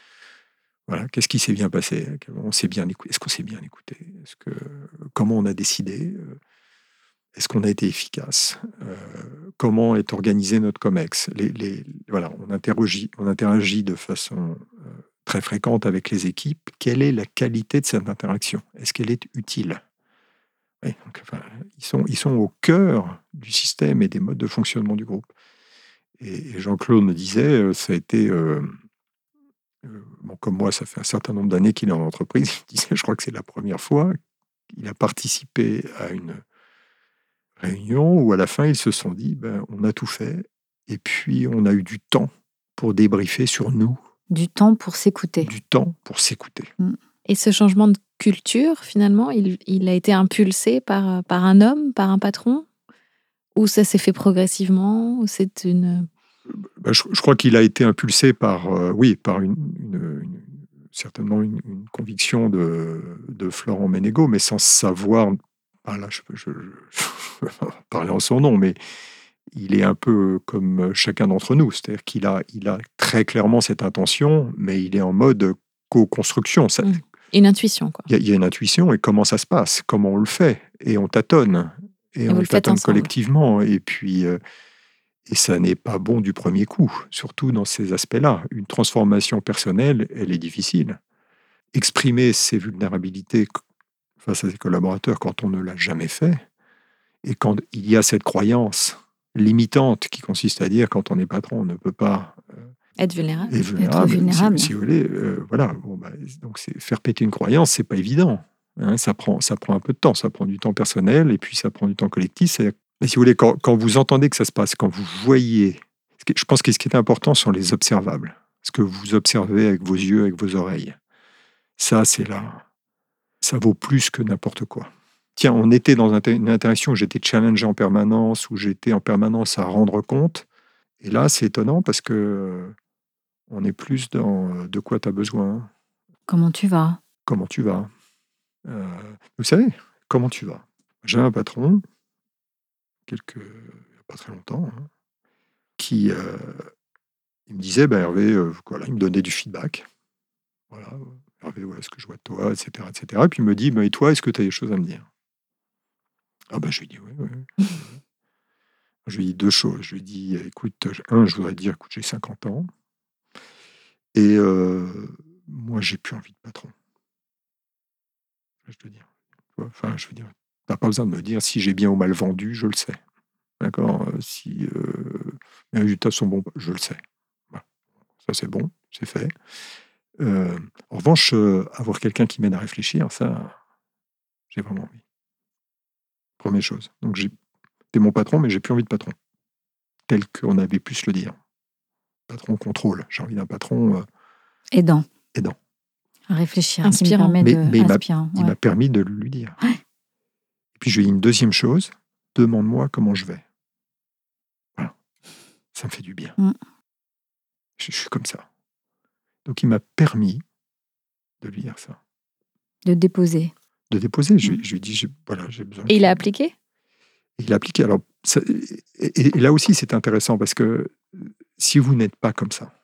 Voilà, qu'est-ce qui s'est bien passé? On s'est bien écouté. Est-ce qu'on s'est bien écouté? Est-ce que, comment on a décidé? Est-ce qu'on a été efficace? euh, Comment est organisé notre COMEX? les, les, voilà, on interagit, on interagit de façon euh, très fréquente avec les équipes. Quelle est la qualité de cette interaction? Est-ce qu'elle est utile? Oui, donc, enfin, ils, sont, ils sont au cœur du système et des modes de fonctionnement du groupe. Et, et Jean-Claude me disait, euh, ça a été... Euh, euh, bon, comme moi, ça fait un certain nombre d'années qu'il est en entreprise. Il disait, je crois que c'est la première fois qu'il a participé à une réunion où à la fin ils se sont dit ben, on a tout fait et puis on a eu du temps pour débriefer sur nous. Du temps pour s'écouter. Du temps pour s'écouter. Et ce changement de culture, finalement, il, il a été impulsé par, par un homme, par un patron? Ou ça s'est fait progressivement? Ou c'est une... Ben, je, je crois qu'il a été impulsé par, euh, oui, par une, une, une, certainement une, une conviction de, de Florent Ménégo, mais sans savoir... Ah là, je peux je, je, je parler en son nom, mais il est un peu comme chacun d'entre nous. C'est-à-dire qu'il a, il a très clairement cette intention, mais il est en mode co-construction. Ça, mmh. Une intuition, quoi. Il y, y a une intuition, et comment ça se passe? Comment on le fait? Et on tâtonne. Et, et on le tâtonne collectivement. Et puis, euh, et ça n'est pas bon du premier coup, surtout dans ces aspects-là. Une transformation personnelle, elle est difficile. Exprimer ses vulnérabilités face à ses collaborateurs quand on ne l'a jamais fait, et quand il y a cette croyance limitante qui consiste à dire quand on est patron, on ne peut pas euh, être vulnérable. Être vulnérable, être vulnérable. Si, si vous voulez, euh, voilà. Bon, bah, donc c'est, faire péter une croyance, c'est pas évident. Hein, ça prend, ça prend un peu de temps. Ça prend du temps personnel et puis ça prend du temps collectif. C'est, mais si vous voulez, quand, quand vous entendez que ça se passe, quand vous voyez, je pense que ce qui est important sont les observables. Ce que vous observez avec vos yeux, avec vos oreilles. Ça, c'est là. Ça vaut plus que n'importe quoi. Tiens, on était dans une interaction où j'étais challengé en permanence, où j'étais en permanence à rendre compte. Et là, c'est étonnant parce que on est plus dans de quoi tu as besoin. Comment tu vas? Comment tu vas euh, Vous savez, comment tu vas? J'avais un patron, quelques, il n'y a pas très longtemps, hein, qui euh, il me disait, bah, Hervé, euh, voilà, il me donnait du feedback. Voilà, euh, Hervé, voilà ce que je vois de toi, et cetera, et cetera. Et puis il me dit, bah, et toi, est-ce que tu as des choses à me dire? Ah ben, je lui ai dit, oui, oui. oui. Je lui ai dit deux choses. Je lui ai dit, écoute, un, je voudrais te dire, écoute, j'ai cinquante ans, et euh, moi, j'ai plus envie de patron. Je veux dire, enfin, je veux dire, t'as pas besoin de me dire si j'ai bien ou mal vendu, je le sais. D'accord? Euh, Si euh, les résultats sont bons, je le sais. Voilà. Ça, c'est bon, c'est fait. Euh, en revanche, euh, avoir quelqu'un qui m'aide à réfléchir, ça, j'ai vraiment envie. Première chose. Donc, j'ai, t'es mon patron, mais j'ai plus envie de patron. Tel qu'on avait pu se le dire. Patron contrôle. J'ai envie d'un patron euh, Aidant, aidant. à réfléchir, qui me Inspirant. permet Mais, de... mais il m'a, inspirant, il ouais. m'a permis de lui dire. Ouais. Et puis, je lui ai dit une deuxième chose. Demande-moi comment je vais. Voilà. Ça me fait du bien. Mm. Je, je suis comme ça. Donc, il m'a permis de lui dire ça. De déposer. De déposer. Je, Mm. je lui ai dit, j'ai, voilà, j'ai besoin. Et il qu'il- a appliqué? Il a appliqué. Alors, ça- et, et là aussi, c'est intéressant parce que si vous n'êtes pas comme ça,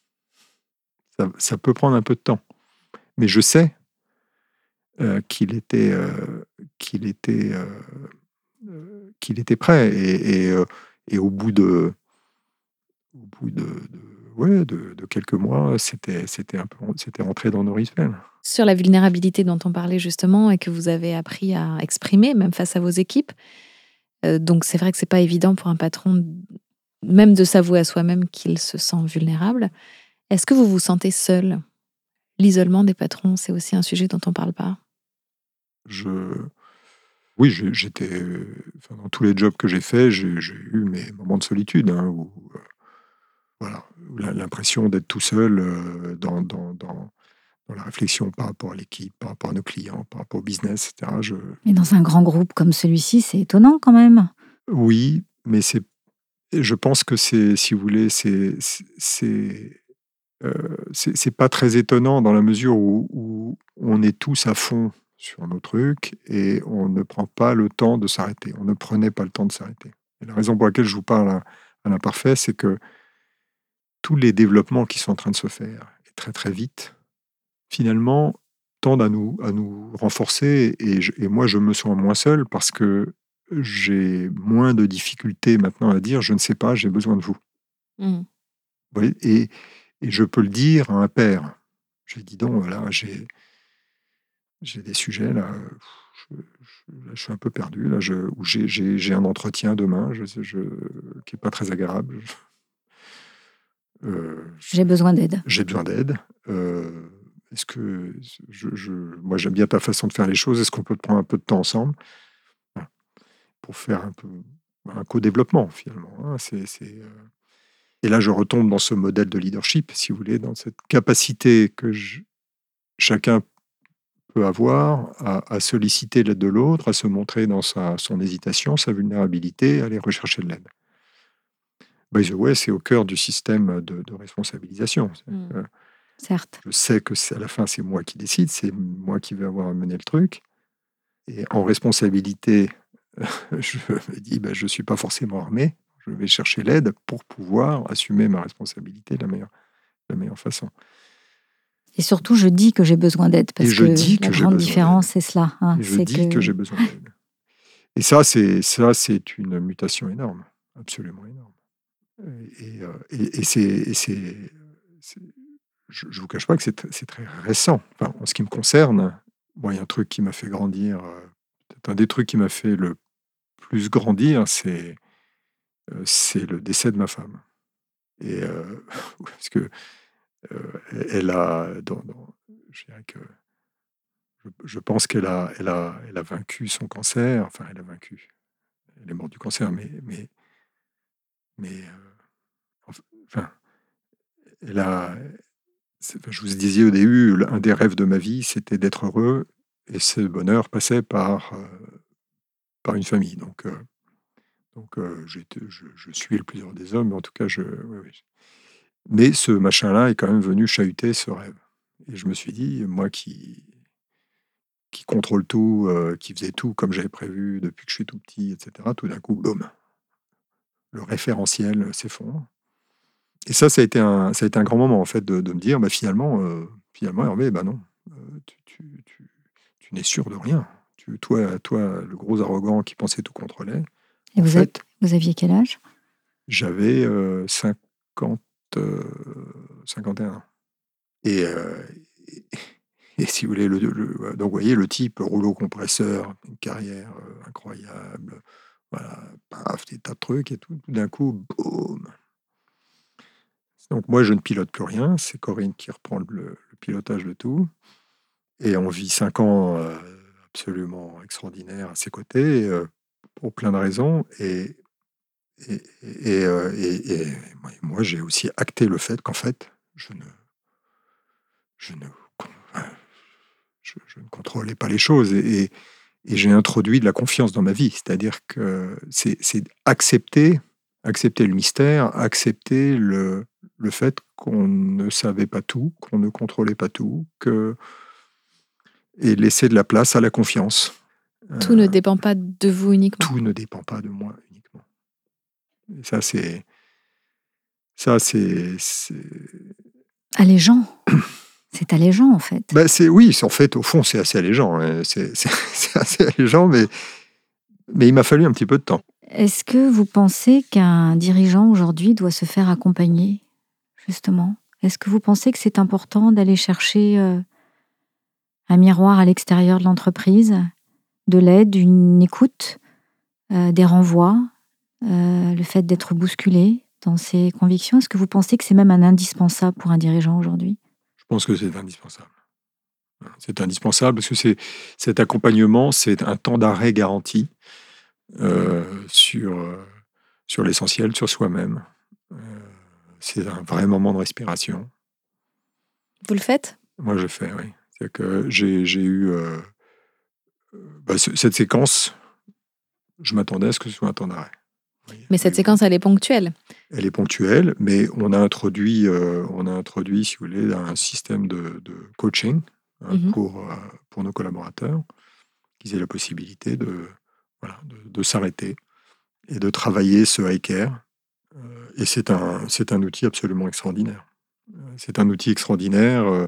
ça, ça peut prendre un peu de temps. Mais je sais euh, qu'il était, euh, qu'il était, euh, euh, qu'il était prêt. Et, et, euh, et au bout de, au bout de, de- ouais, de, de quelques mois, c'était, c'était un peu, c'était rentré dans nos rituels. Sur la vulnérabilité dont on parlait justement et que vous avez appris à exprimer, même face à vos équipes. Euh, donc c'est vrai que c'est pas évident pour un patron, même de s'avouer à soi-même qu'il se sent vulnérable. Est-ce que vous vous sentez seul? L'isolement des patrons, c'est aussi un sujet dont on parle pas. Je, oui, j'ai- j'étais, euh, enfin, dans tous les jobs que j'ai faits, j'ai, j'ai eu mes moments de solitude, hein, où, euh, voilà, où la- l'impression d'être tout seul euh, dans, dans, dans, dans la réflexion par rapport à l'équipe, par rapport à nos clients, par rapport au business, et cetera. Je, Mais dans un grand groupe comme celui-ci, c'est étonnant quand même. oui, mais c'est, je pense que c'est, si vous voulez, c'est, c'est, c'est, euh, c'est- c'est pas très étonnant dans la mesure où, où on est tous à fond sur nos trucs et on ne prend pas le temps de s'arrêter. On ne prenait pas le temps de s'arrêter. Et la raison pour laquelle je vous parle à, à l'imparfait, c'est que tous les développements qui sont en train de se faire, et très très vite, finalement, tendent à nous, à nous renforcer. Et, je- et moi, je me sens moins seul parce que j'ai moins de difficultés maintenant à dire je ne sais pas, j'ai besoin de vous. Mm. Vous voyez, et, et je peux le dire à un père. Je lui dis donc, voilà, j'ai, j'ai des sujets là, je, je- là, je suis un peu perdu, là, je, ou j'ai, j'ai, j'ai un entretien demain je, je, qui n'est pas très agréable. Euh, J'ai besoin d'aide. j'ai besoin d'aide. Euh, est-ce que je, je- moi j'aime bien ta façon de faire les choses. Est-ce qu'on peut prendre un peu de temps ensemble, voilà, pour faire un peu un co-développement finalement, hein, c'est, c'est, euh, Et là je retombe dans ce modèle de leadership, si vous voulez, dans cette capacité que je- chacun peut avoir à, à solliciter l'aide de l'autre, à se montrer dans sa, son hésitation, sa vulnérabilité, à aller rechercher de l'aide. By the way, c'est au cœur du système de, de responsabilisation. Mm. Euh, Certes. Je sais que c'est, à la fin, c'est moi qui décide, c'est moi qui vais avoir à mener le truc. Et en responsabilité, je me dis, ben, je ne suis pas forcément armé. Je vais chercher l'aide pour pouvoir assumer ma responsabilité de la meilleure, de la meilleure façon. Et surtout, je dis que j'ai besoin d'aide parce Et je que dis la que j'ai grande besoin différence, d'aide. c'est cela. hein, Et je c'est dis que, que j'ai besoin d'aide. Et ça, c'est, ça, c'est une mutation énorme, absolument énorme. Et, et, euh, et- et c'est, et c'est- c'est- je ne vous cache pas que c'est, tr- c'est très récent. Enfin, en ce qui me concerne, moi, il y a un truc qui m'a fait grandir. euh, peut-être un des trucs qui m'a fait le plus grandir, c'est, euh, c'est le décès de ma femme. Et euh, parce que euh, elle a, dans- dans- je dirais que je, je pense qu'elle a, elle a, elle a vaincu son cancer. Enfin, elle a vaincu. Elle est morte du cancer, mais, mais, mais, euh, enfin, elle a. c'est- enfin, je vous disais au début, un des rêves de ma vie, c'était d'être heureux, et ce bonheur passait par, euh, par une famille. Donc, euh, donc euh, j'étais- je, je suis le plus heureux des hommes, mais en tout cas, je, oui, oui. Mais ce machin-là est quand même venu chahuter ce rêve. Et je me suis dit, moi qui, qui contrôle tout, euh, qui faisait tout comme j'avais prévu depuis que je suis tout petit, et cetera. Tout d'un coup, boum, le référentiel s'effondre. Et ça, ça a été un, ça a été un grand moment, en fait, de, de me dire, bah, finalement, euh, finalement, Hervé, bah non, euh, tu, tu, tu, tu n'es sûr de rien. Tu, toi, toi, le gros arrogant qui pensait tout contrôler. Et en vous, fait, êtes, vous aviez quel âge? J'avais euh, cinquante, euh, cinquante et un. Et, euh, et, et si vous voulez, le, le, donc vous voyez, le type rouleau compresseur, une carrière euh, incroyable, voilà, paf, des tas de trucs et tout, tout d'un coup, boum. Donc moi, je ne pilote plus rien, c'est Corinne qui reprend le, le pilotage de tout. Et on vit cinq ans euh, absolument extraordinaires à ses côtés, euh, pour plein de raisons. Et, et, et, euh, et, et moi, j'ai aussi acté le fait qu'en fait, je ne, je ne, je, je ne contrôlais pas les choses. Et, et, et j'ai introduit de la confiance dans ma vie. C'est-à-dire que c'est, c'est accepter, accepter le mystère, accepter le, le fait qu'on ne savait pas tout, qu'on ne contrôlait pas tout, que, et laisser de la place à la confiance. Tout euh, ne dépend pas de vous uniquement. Tout ne dépend pas de moi uniquement. Et ça, c'est... Ça, c'est... c'est... Allégeant. C'est allégeant, en fait. Ben c'est, oui, en fait, au fond, c'est assez allégeant. Hein. C'est, c'est, c'est assez allégeant, mais, mais il m'a fallu un petit peu de temps. Est-ce que vous pensez qu'un dirigeant aujourd'hui doit se faire accompagner, justement? Est-ce que vous pensez que c'est important d'aller chercher euh, un miroir à l'extérieur de l'entreprise, de l'aide, une écoute, euh, des renvois, euh, le fait d'être bousculé dans ses convictions? Est-ce que vous pensez que c'est même un indispensable pour un dirigeant aujourd'hui? Je pense que c'est indispensable. C'est indispensable parce que c'est, cet accompagnement, c'est un temps d'arrêt garanti euh, sur, euh, sur l'essentiel, sur soi-même. Euh, c'est un vrai moment de respiration. Vous le faites? Moi, je le fais, oui. C'est que j'ai, j'ai eu euh, bah, cette séquence, je m'attendais à ce que ce soit un temps d'arrêt. Mais cette séquence, elle est ponctuelle. Elle est ponctuelle, mais on a introduit, euh, on a introduit, si vous voulez, un système de, de coaching hein, mm-hmm. pour, euh, pour nos collaborateurs, qu'ils aient la possibilité de, voilà, de, de s'arrêter et de travailler ce high care. Euh, et c'est un, c'est un outil absolument extraordinaire. C'est un outil extraordinaire euh,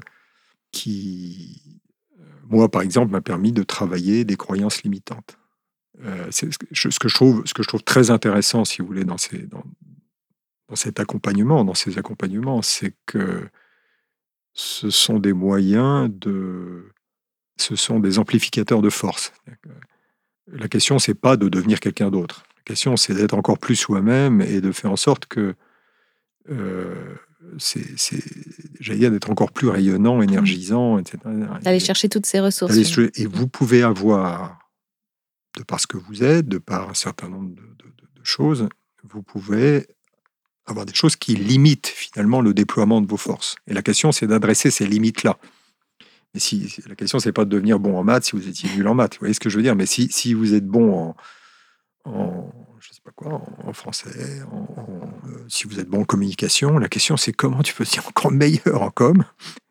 qui, moi, par exemple, m'a permis de travailler des croyances limitantes. Euh, c'est ce que, je, ce, que je trouve, ce que je trouve très intéressant, si vous voulez, dans, ces, dans, dans cet accompagnement, dans ces accompagnements, c'est que ce sont des moyens de... Ce sont des amplificateurs de force. La question, c'est pas de devenir quelqu'un d'autre. La question, c'est d'être encore plus soi-même et de faire en sorte que... Euh, c'est, c'est, j'allais dire d'être encore plus rayonnant, énergisant, et cetera. D'aller chercher toutes ces ressources. Oui. Et vous pouvez avoir... de par ce que vous êtes, de par un certain nombre de, de, de choses, vous pouvez avoir des choses qui limitent finalement le déploiement de vos forces. Et la question, c'est d'adresser ces limites-là. Et si, la question, c'est pas de devenir bon en maths si vous étiez nul en maths. Vous voyez ce que je veux dire? Mais si, si vous êtes bon en, en je sais pas quoi, en, en français, en, en, euh, si vous êtes bon en communication, la question, c'est comment tu peux être encore meilleur en com.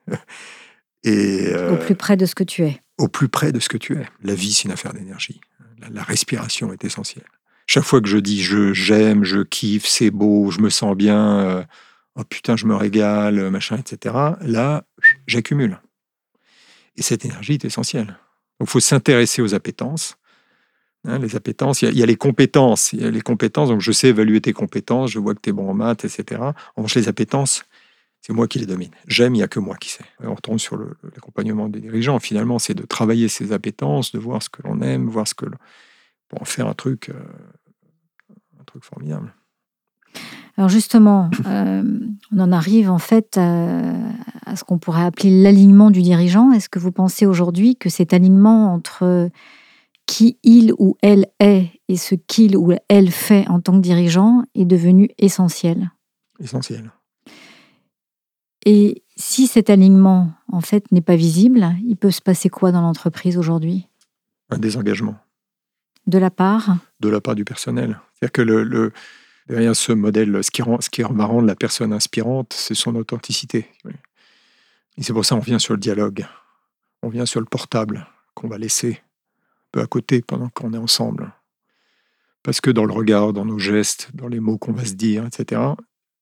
Et, euh, au plus près de ce que tu es. Au plus près de ce que tu es. La vie, c'est une affaire d'énergie. La, la respiration est essentielle. Chaque fois que je dis je, j'aime, je kiffe, c'est beau, je me sens bien, euh, oh putain, je me régale, machin, et cetera, là, j'accumule. Et cette énergie est essentielle. Donc, il faut s'intéresser aux appétences. Hein, les appétences, il y, y a les compétences. Il y a les compétences, donc je sais évaluer tes compétences, je vois que tu es bon en maths, et cetera. En revanche, les appétences, c'est moi qui les domine. J'aime, il n'y a que moi qui sais. On retourne sur le, l'accompagnement des dirigeants. Finalement, c'est de travailler ses appétences, de voir ce que l'on aime, voir ce que l'on... pour en faire un truc, euh, un truc formidable. Alors justement, euh, on en arrive en fait à, à ce qu'on pourrait appeler l'alignement du dirigeant. Est-ce que vous pensez aujourd'hui que cet alignement entre qui il ou elle est et ce qu'il ou elle fait en tant que dirigeant est devenu essentiel ? Essentiel. Et si cet alignement, en fait, n'est pas visible, il peut se passer quoi dans l'entreprise aujourd'hui ? Un désengagement. De la part ? De la part du personnel. C'est-à-dire que le, le, derrière ce modèle, ce qui, rend, ce qui va rendre la personne inspirante, c'est son authenticité. Et c'est pour ça qu'on vient sur le dialogue. On vient sur le portable. qu'on va laisser un peu à côté pendant qu'on est ensemble. Parce que dans le regard, dans nos gestes, dans les mots qu'on va se dire, et cetera,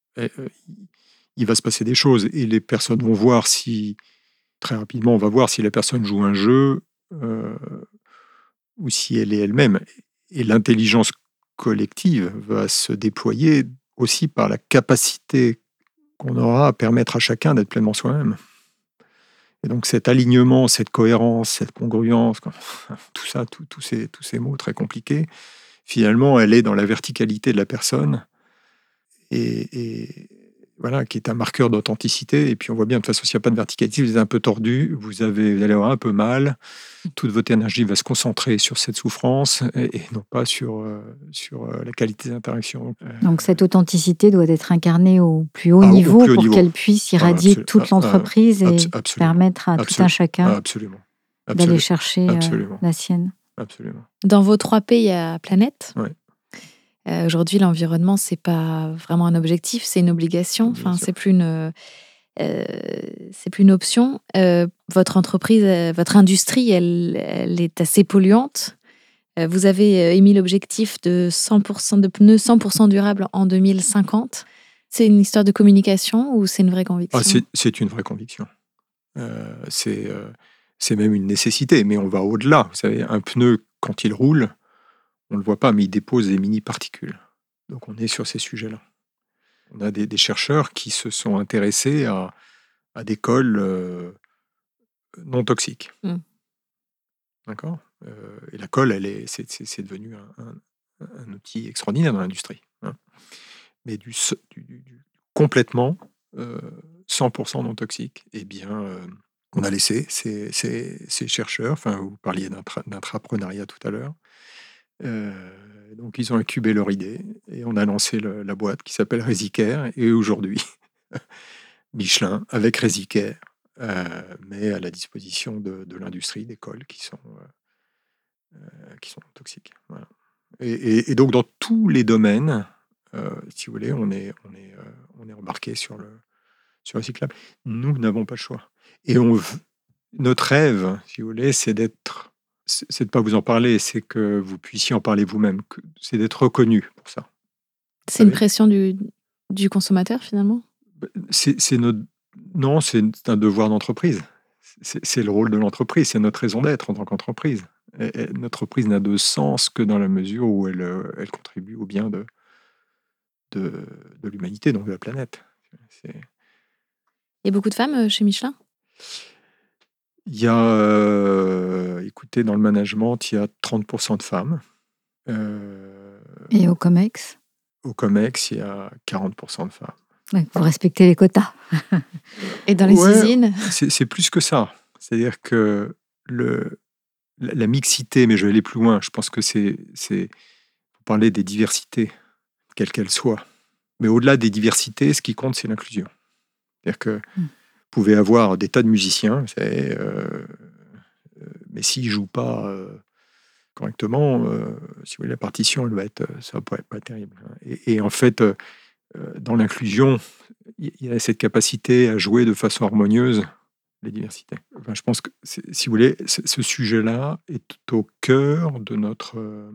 il va se passer des choses. Et les personnes vont voir si, très rapidement, on va voir si la personne joue un jeu euh, ou si elle est elle-même. Et l'intelligence collective va se déployer aussi par la capacité qu'on aura à permettre à chacun d'être pleinement soi-même. Et donc cet alignement, cette cohérence, cette congruence, tout ça, tout, tout ces, tous ces mots très compliqués, finalement, elle est dans la verticalité de la personne et, et voilà, qui est un marqueur d'authenticité. Et puis on voit bien, de toute façon, s'il n'y a pas de verticalité, vous êtes un peu tordu, vous, avez, vous allez avoir un peu mal, toute votre énergie va se concentrer sur cette souffrance et, et non pas sur, euh, sur euh, la qualité des interactions. Donc cette authenticité doit être incarnée au plus haut ah, niveau plus haut pour niveau. qu'elle puisse irradier ah, toute l'entreprise ah, et permettre à absolument. tout un chacun absolument. d'aller chercher absolument. Euh, la sienne. Absolument. Dans vos trois P, il y a planète. Ouais. Euh, aujourd'hui, l'environnement, c'est pas vraiment un objectif, c'est une obligation. Enfin, c'est plus une, euh, c'est plus une option. Euh, votre entreprise, euh, votre industrie, elle, elle est assez polluante. Euh, vous avez émis l'objectif de cent pour cent de pneus cent pour cent durables en deux mille cinquante. C'est une histoire de communication ou c'est une vraie conviction ? Ah, c'est, c'est une vraie conviction. Euh, c'est, euh, c'est même une nécessité, mais on va au-delà. Vous savez, un pneu, quand il roule, on ne le voit pas, mais il dépose des mini-particules. Donc on est sur ces sujets-là. On a des, des chercheurs qui se sont intéressés à, à des cols euh, non toxiques. Mm. D'accord euh, Et la colle, elle est, c'est, c'est, c'est devenu un, un, un outil extraordinaire dans l'industrie. Hein. Mais du, du, du complètement euh, cent pour cent non toxique. Eh bien, euh, on a laissé ces, ces, ces chercheurs, enfin, vous parliez d'intra, d'intrapreneuriat tout à l'heure, euh, donc ils ont incubé leur idée et on a lancé le, la boîte qui s'appelle Resicare. Et aujourd'hui, Michelin avec Resicare euh, met à la disposition de, de l'industrie des cols qui sont, euh, qui sont toxiques. Voilà. Et, et, et donc dans tous les domaines, euh, si vous voulez, on est, on est, euh, on est embarqué sur le, sur le recyclable. Nous n'avons pas le choix. Et on, notre rêve, si vous voulez, c'est d'être, c'est de ne pas vous en parler, c'est que vous puissiez en parler vous-même, que, c'est d'être reconnu pour ça. C'est une pression du, du consommateur, finalement ? c'est, c'est notre, Non, c'est un devoir d'entreprise. C'est, c'est le rôle de l'entreprise, c'est notre raison d'être en tant qu'entreprise. Et, et notre entreprise n'a de sens que dans la mesure où elle, elle contribue au bien de, de, de l'humanité, donc de la planète. C'est... Il y a beaucoup de femmes chez Michelin ? Il y a, euh, écoutez, dans le management, il y a trente pour cent de femmes. Euh, Et au COMEX ? Au COMEX, il y a quarante pour cent de femmes. Ouais, vous respectez les quotas. Et dans les ouais, usines ? c'est, c'est plus que ça. C'est-à-dire que le, la, la mixité, mais je vais aller plus loin, je pense que c'est... c'est vous parlez des diversités, quelles qu'elles soient. Mais au-delà des diversités, ce qui compte, c'est l'inclusion. C'est-à-dire que mm. vous pouvez avoir des tas de musiciens, vous savez, euh, euh, mais s'ils ne jouent pas euh, correctement, euh, si vous voulez, la partition, elle va être, ça va pas être pas terrible. Et, et en fait, euh, dans l'inclusion, il y a cette capacité à jouer de façon harmonieuse les diversités. Enfin, je pense que, si vous voulez, ce sujet-là est au cœur de notre,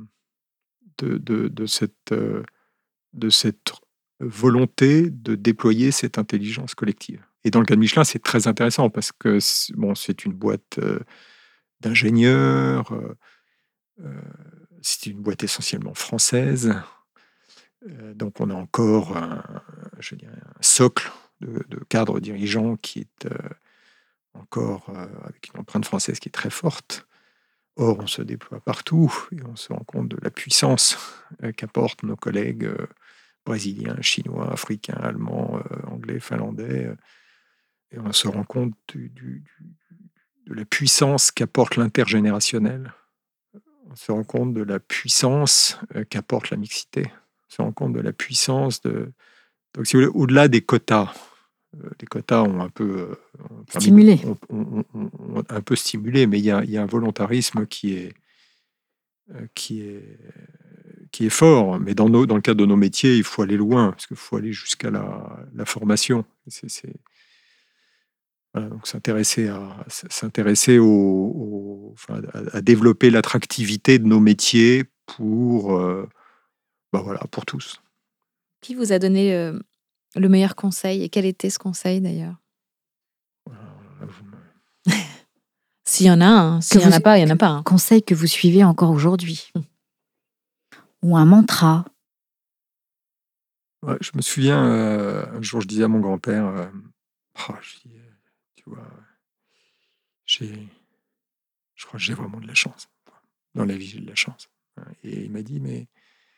de, de, de cette, de cette volonté de déployer cette intelligence collective. Et dans le cas de Michelin, c'est très intéressant parce que bon, c'est une boîte euh, d'ingénieurs, euh, euh, c'est une boîte essentiellement française, euh, donc on a encore un, je dirais, un socle de, de cadres dirigeants qui est euh, encore euh, avec une empreinte française qui est très forte. Or, on se déploie partout et on se rend compte de la puissance euh, qu'apportent nos collègues euh, brésiliens, chinois, africains, allemands, euh, anglais, finlandais. Euh, et on se rend compte du, du, du, de la puissance qu'apporte l'intergénérationnel. On se rend compte de la puissance euh, qu'apporte la mixité. On se rend compte de la puissance de... Donc, si vous voulez, au-delà des quotas, euh, les quotas ont un peu... Euh, ont stimulé. De, ont, ont, ont, ont un peu stimulé, mais il y a, il y a un volontarisme qui est... Euh, qui est qui est fort, mais dans, nos, dans le cadre de nos métiers, il faut aller loin, parce qu'il faut aller jusqu'à la, la formation. C'est, c'est... Voilà, donc s'intéresser à, s'intéresser au, au- enfin, à, à développer l'attractivité de nos métiers pour, euh, bah voilà, pour tous. Qui vous a donné euh, le meilleur conseil et quel était ce conseil d'ailleurs? Voilà, là, vous me- S'il y en a un, s'il n'y en vous- a pas, il n'y en a pas. hein. Conseil que vous suivez encore aujourd'hui. Ou un mantra. Ouais, je me souviens, euh, un jour, je disais à mon grand-père, euh, oh, je dis, euh, tu vois, j'ai, je crois que j'ai vraiment de la chance. Dans la vie, j'ai de la chance. Et il m'a dit, mais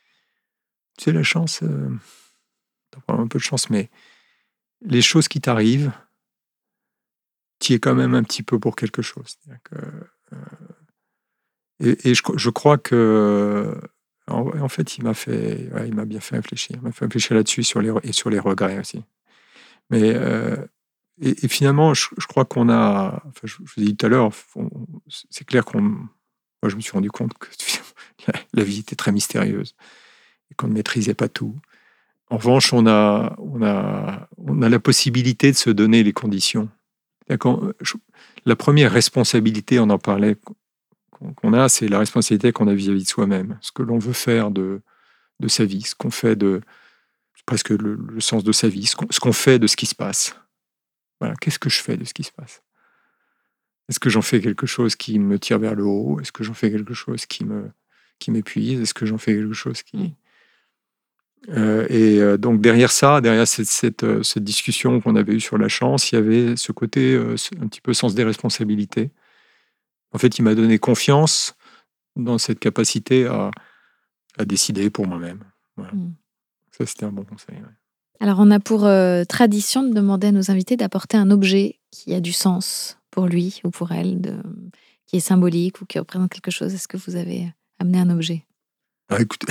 tu sais, la chance, euh, t'as vraiment un peu de chance, mais les choses qui t'arrivent, tu y es quand même un petit peu pour quelque chose. C'est-à-dire que, euh, et, et je, je crois que, en, en fait, il m'a fait, ouais, il m'a bien fait réfléchir. Il m'a fait réfléchir là-dessus sur les, et sur les regrets aussi. Mais euh, et, et finalement, je, je crois qu'on a, enfin, je, je vous ai dit tout à l'heure, on- c'est clair qu'on, moi, je me suis rendu compte que la, la vie était très mystérieuse et qu'on ne maîtrisait pas tout. En revanche, on a, on a, on a la possibilité de se donner les conditions. Quand, je, la première responsabilité, on en parlait, qu'on qu'on a, c'est la responsabilité qu'on a vis-à-vis de soi-même. Ce que l'on veut faire de, de sa vie, ce qu'on fait de presque le, le sens de sa vie, ce qu'on, ce qu'on fait de ce qui se passe. Voilà, qu'est-ce que je fais de ce qui se passe? Est-ce que j'en fais quelque chose qui me tire vers le haut? Est-ce que j'en fais quelque chose qui me qui m'épuise? Est-ce que j'en fais quelque chose qui... Mm. Euh, et euh, donc derrière ça, derrière cette, cette, euh, cette discussion qu'on avait eue sur la chance, il y avait ce côté euh, ce- un petit peu sens des responsabilités. En fait, il m'a donné confiance dans cette capacité à, à décider pour moi-même. Voilà. Mm. Ça, c'était un bon conseil. Ouais. Alors, on a pour euh, tradition de demander à nos invités d'apporter un objet qui a du sens pour lui ou pour elle, de, qui est symbolique ou qui représente quelque chose. Est-ce que vous avez amené un objet? Ah, écoutez,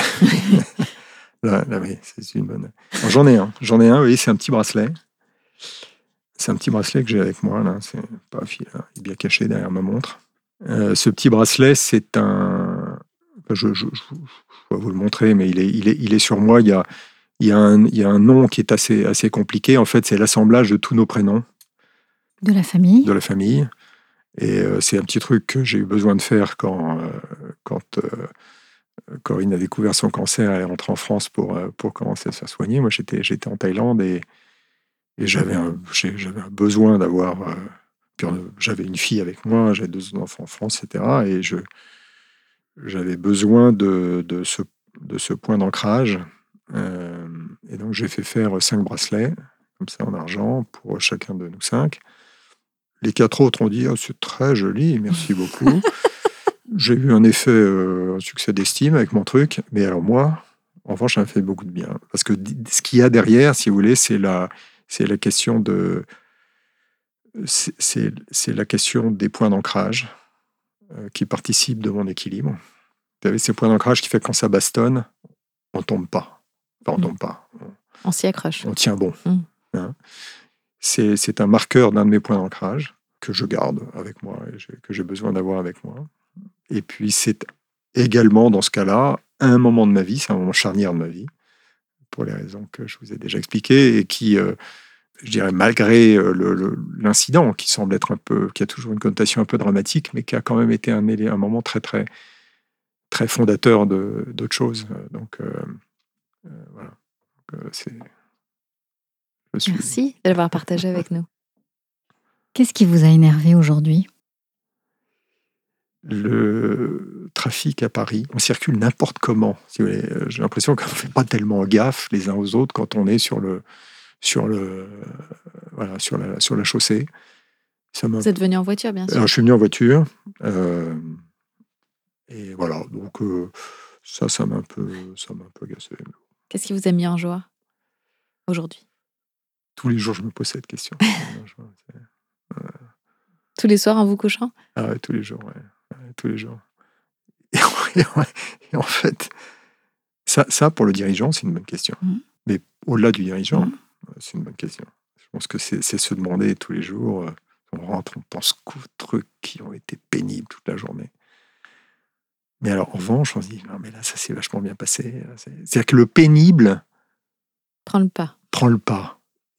là, là, oui, c'est une bonne. Alors, j'en ai un. J'en ai un. Oui, c'est un petit bracelet. C'est un petit bracelet que j'ai avec moi. Là. C'est pas il est bien caché derrière ma montre. Euh, ce petit bracelet, c'est un. Enfin, je, je, je, je vais vous le montrer, mais il est, il est, il est sur moi. Il y a, il y a un, il y a un nom qui est assez, assez compliqué. En fait, c'est l'assemblage de tous nos prénoms. De la famille. De la famille. Et euh, c'est un petit truc que j'ai eu besoin de faire quand, euh, quand euh, Corinne a découvert son cancer. Elle est rentrée en France pour, euh, pour commencer à se faire soigner. Moi, j'étais, j'étais en Thaïlande et, et j'avais, un, j'avais un besoin d'avoir. Euh, puis on, j'avais une fille avec moi, j'avais deux enfants en France, et cetera. Et je, j'avais besoin de, de, ce, de ce point d'ancrage. Euh, et donc, j'ai fait faire cinq bracelets, comme ça, en argent, pour chacun de nous cinq. Les quatre autres ont dit oh, c'est très joli, merci beaucoup. J'ai eu un effet, euh, un succès d'estime avec mon truc, mais alors moi, en revanche, ça m'a fait beaucoup de bien. Parce que ce qu'il y a derrière, si vous voulez, c'est la, c'est la question de, c'est, c'est, c'est la question des points d'ancrage euh, qui participent de mon équilibre. Vous savez, ces points d'ancrage qui fait que quand ça bastonne, on tombe pas. Enfin, on tombe pas. On s'y accroche. On tient bon. Mm. Hein. C'est, c'est un marqueur d'un de mes points d'ancrage que je garde avec moi et j'ai- que j'ai besoin d'avoir avec moi. Et puis, c'est également, dans ce cas-là, un moment de ma vie, c'est un moment charnière de ma vie, pour les raisons que je vous ai déjà expliquées, et qui, euh, je dirais, malgré euh, le, le, l'incident, qui semble être un peu, qui a toujours une connotation un peu dramatique, mais qui a quand même été un, un moment très, très, très fondateur de, d'autres choses. Donc, euh, euh, voilà. Donc, euh, c'est, je suis... Merci de l'avoir partagé avec nous. Qu'est-ce qui vous a énervé aujourd'hui? Le trafic à Paris, on circule n'importe comment. Si vous voulez. J'ai l'impression qu'on ne fait pas tellement gaffe les uns aux autres quand on est sur le, sur le, voilà, sur la, sur la chaussée. Ça m'a... Vous êtes venu en voiture, bien sûr. Alors, je suis venu en voiture. Euh, et voilà, donc euh, ça, ça m'a un peu, ça m'a un peu agacé. Qu'est-ce qui vous a mis en joie aujourd'hui? Tous les jours, je me pose cette question. Tous les soirs en vous couchant? Ah ouais, tous les jours, ouais. Ouais, tous les jours. Et, et, et en fait, ça, ça, pour le dirigeant, c'est une bonne question. Mmh. Mais au-delà du dirigeant, Mmh. c'est une bonne question. Je pense que c'est, c'est se demander tous les jours, euh, on rentre, on pense qu'aux trucs qui ont été pénibles toute la journée. Mais alors, en revanche, on se dit, non, mais là, ça s'est vachement bien passé. C'est, c'est-à-dire que le pénible Prends le pas. prend le pas.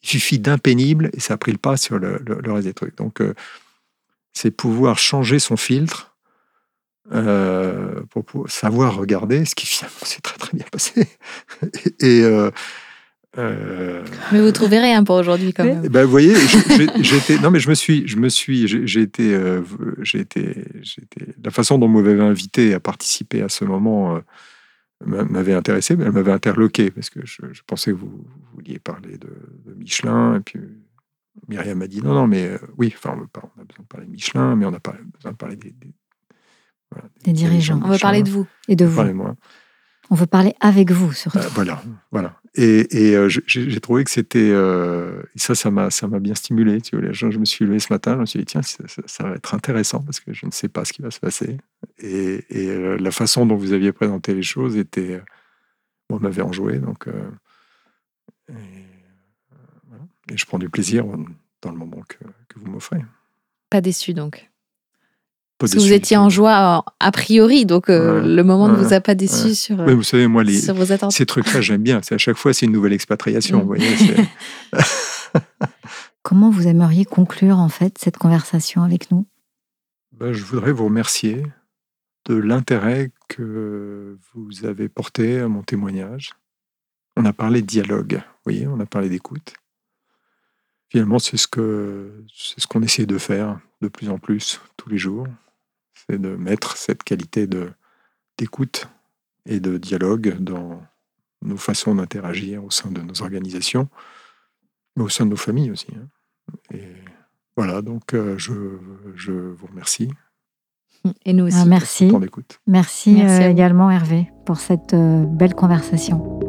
Il suffit d'un pénible et ça a pris le pas sur le, le, le reste des trucs. Donc, euh, c'est pouvoir changer son filtre euh, pour, pour savoir regarder, ce qui finalement s'est très très bien passé. et euh, euh, mais vous trouvez rien pour aujourd'hui quand même. Ben, vous voyez, j'ai, j'ai été, non mais je me suis, je me suis, j'ai, j'ai été, euh, j'ai été, j'ai été, la façon dont vous m'avez invité à participer à ce moment euh, m'avait intéressé, mais elle m'avait interloqué parce que je, je pensais que vous, vous vouliez parler de, de Michelin et puis Myriam m'a dit non, non, mais euh, oui, enfin, on, veut pas, on a besoin de parler de Michelin, mais on n'a pas besoin de parler des, des, voilà, des, des dirigeants. On veut parler de vous. Et de vous. Parler de moi. On veut parler avec vous, surtout. Euh, voilà, voilà. Et, et euh, j'ai, j'ai trouvé que c'était... Euh, et ça, ça m'a, ça m'a bien stimulé. Tu vois, je me suis levé ce matin, je me suis dit, tiens, ça, ça, ça va être intéressant parce que je ne sais pas ce qui va se passer. Et, et euh, la façon dont vous aviez présenté les choses était... Bon, m'avait enjoué, donc... Euh, et, voilà. Et je prends du plaisir dans le moment que, que vous m'offrez. Pas déçu, donc. Pas Parce que vous étiez en joie a priori, donc euh, ouais, le moment ouais, ne vous a pas déçu ouais. sur, ouais, vous savez, moi, les, sur vos attentes. Ces trucs-là, j'aime bien. C'est à chaque fois, c'est une nouvelle expatriation. Mmh. Vous voyez, c'est... Comment vous aimeriez conclure, en fait, cette conversation avec nous ? Ben, je voudrais vous remercier de l'intérêt que vous avez porté à mon témoignage. On a parlé de dialogue, vous voyez, on a parlé d'écoute. Finalement, c'est ce, que, c'est ce qu'on essaie de faire de plus en plus tous les jours. C'est de mettre cette qualité de, d'écoute et de dialogue dans nos façons d'interagir au sein de nos organisations, mais au sein de nos familles aussi. Et voilà, donc euh, je, je vous remercie. Et nous aussi. Ah, merci. Pour ton temps d'écoute. Merci, merci euh, également Hervé pour cette euh, belle conversation.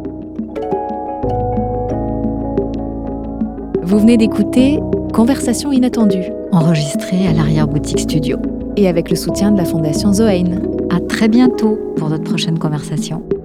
Vous venez d'écouter Conversation inattendue, enregistrée à l'arrière-boutique studio. Et avec le soutien de la Fondation Zoein. À très bientôt pour notre prochaine conversation.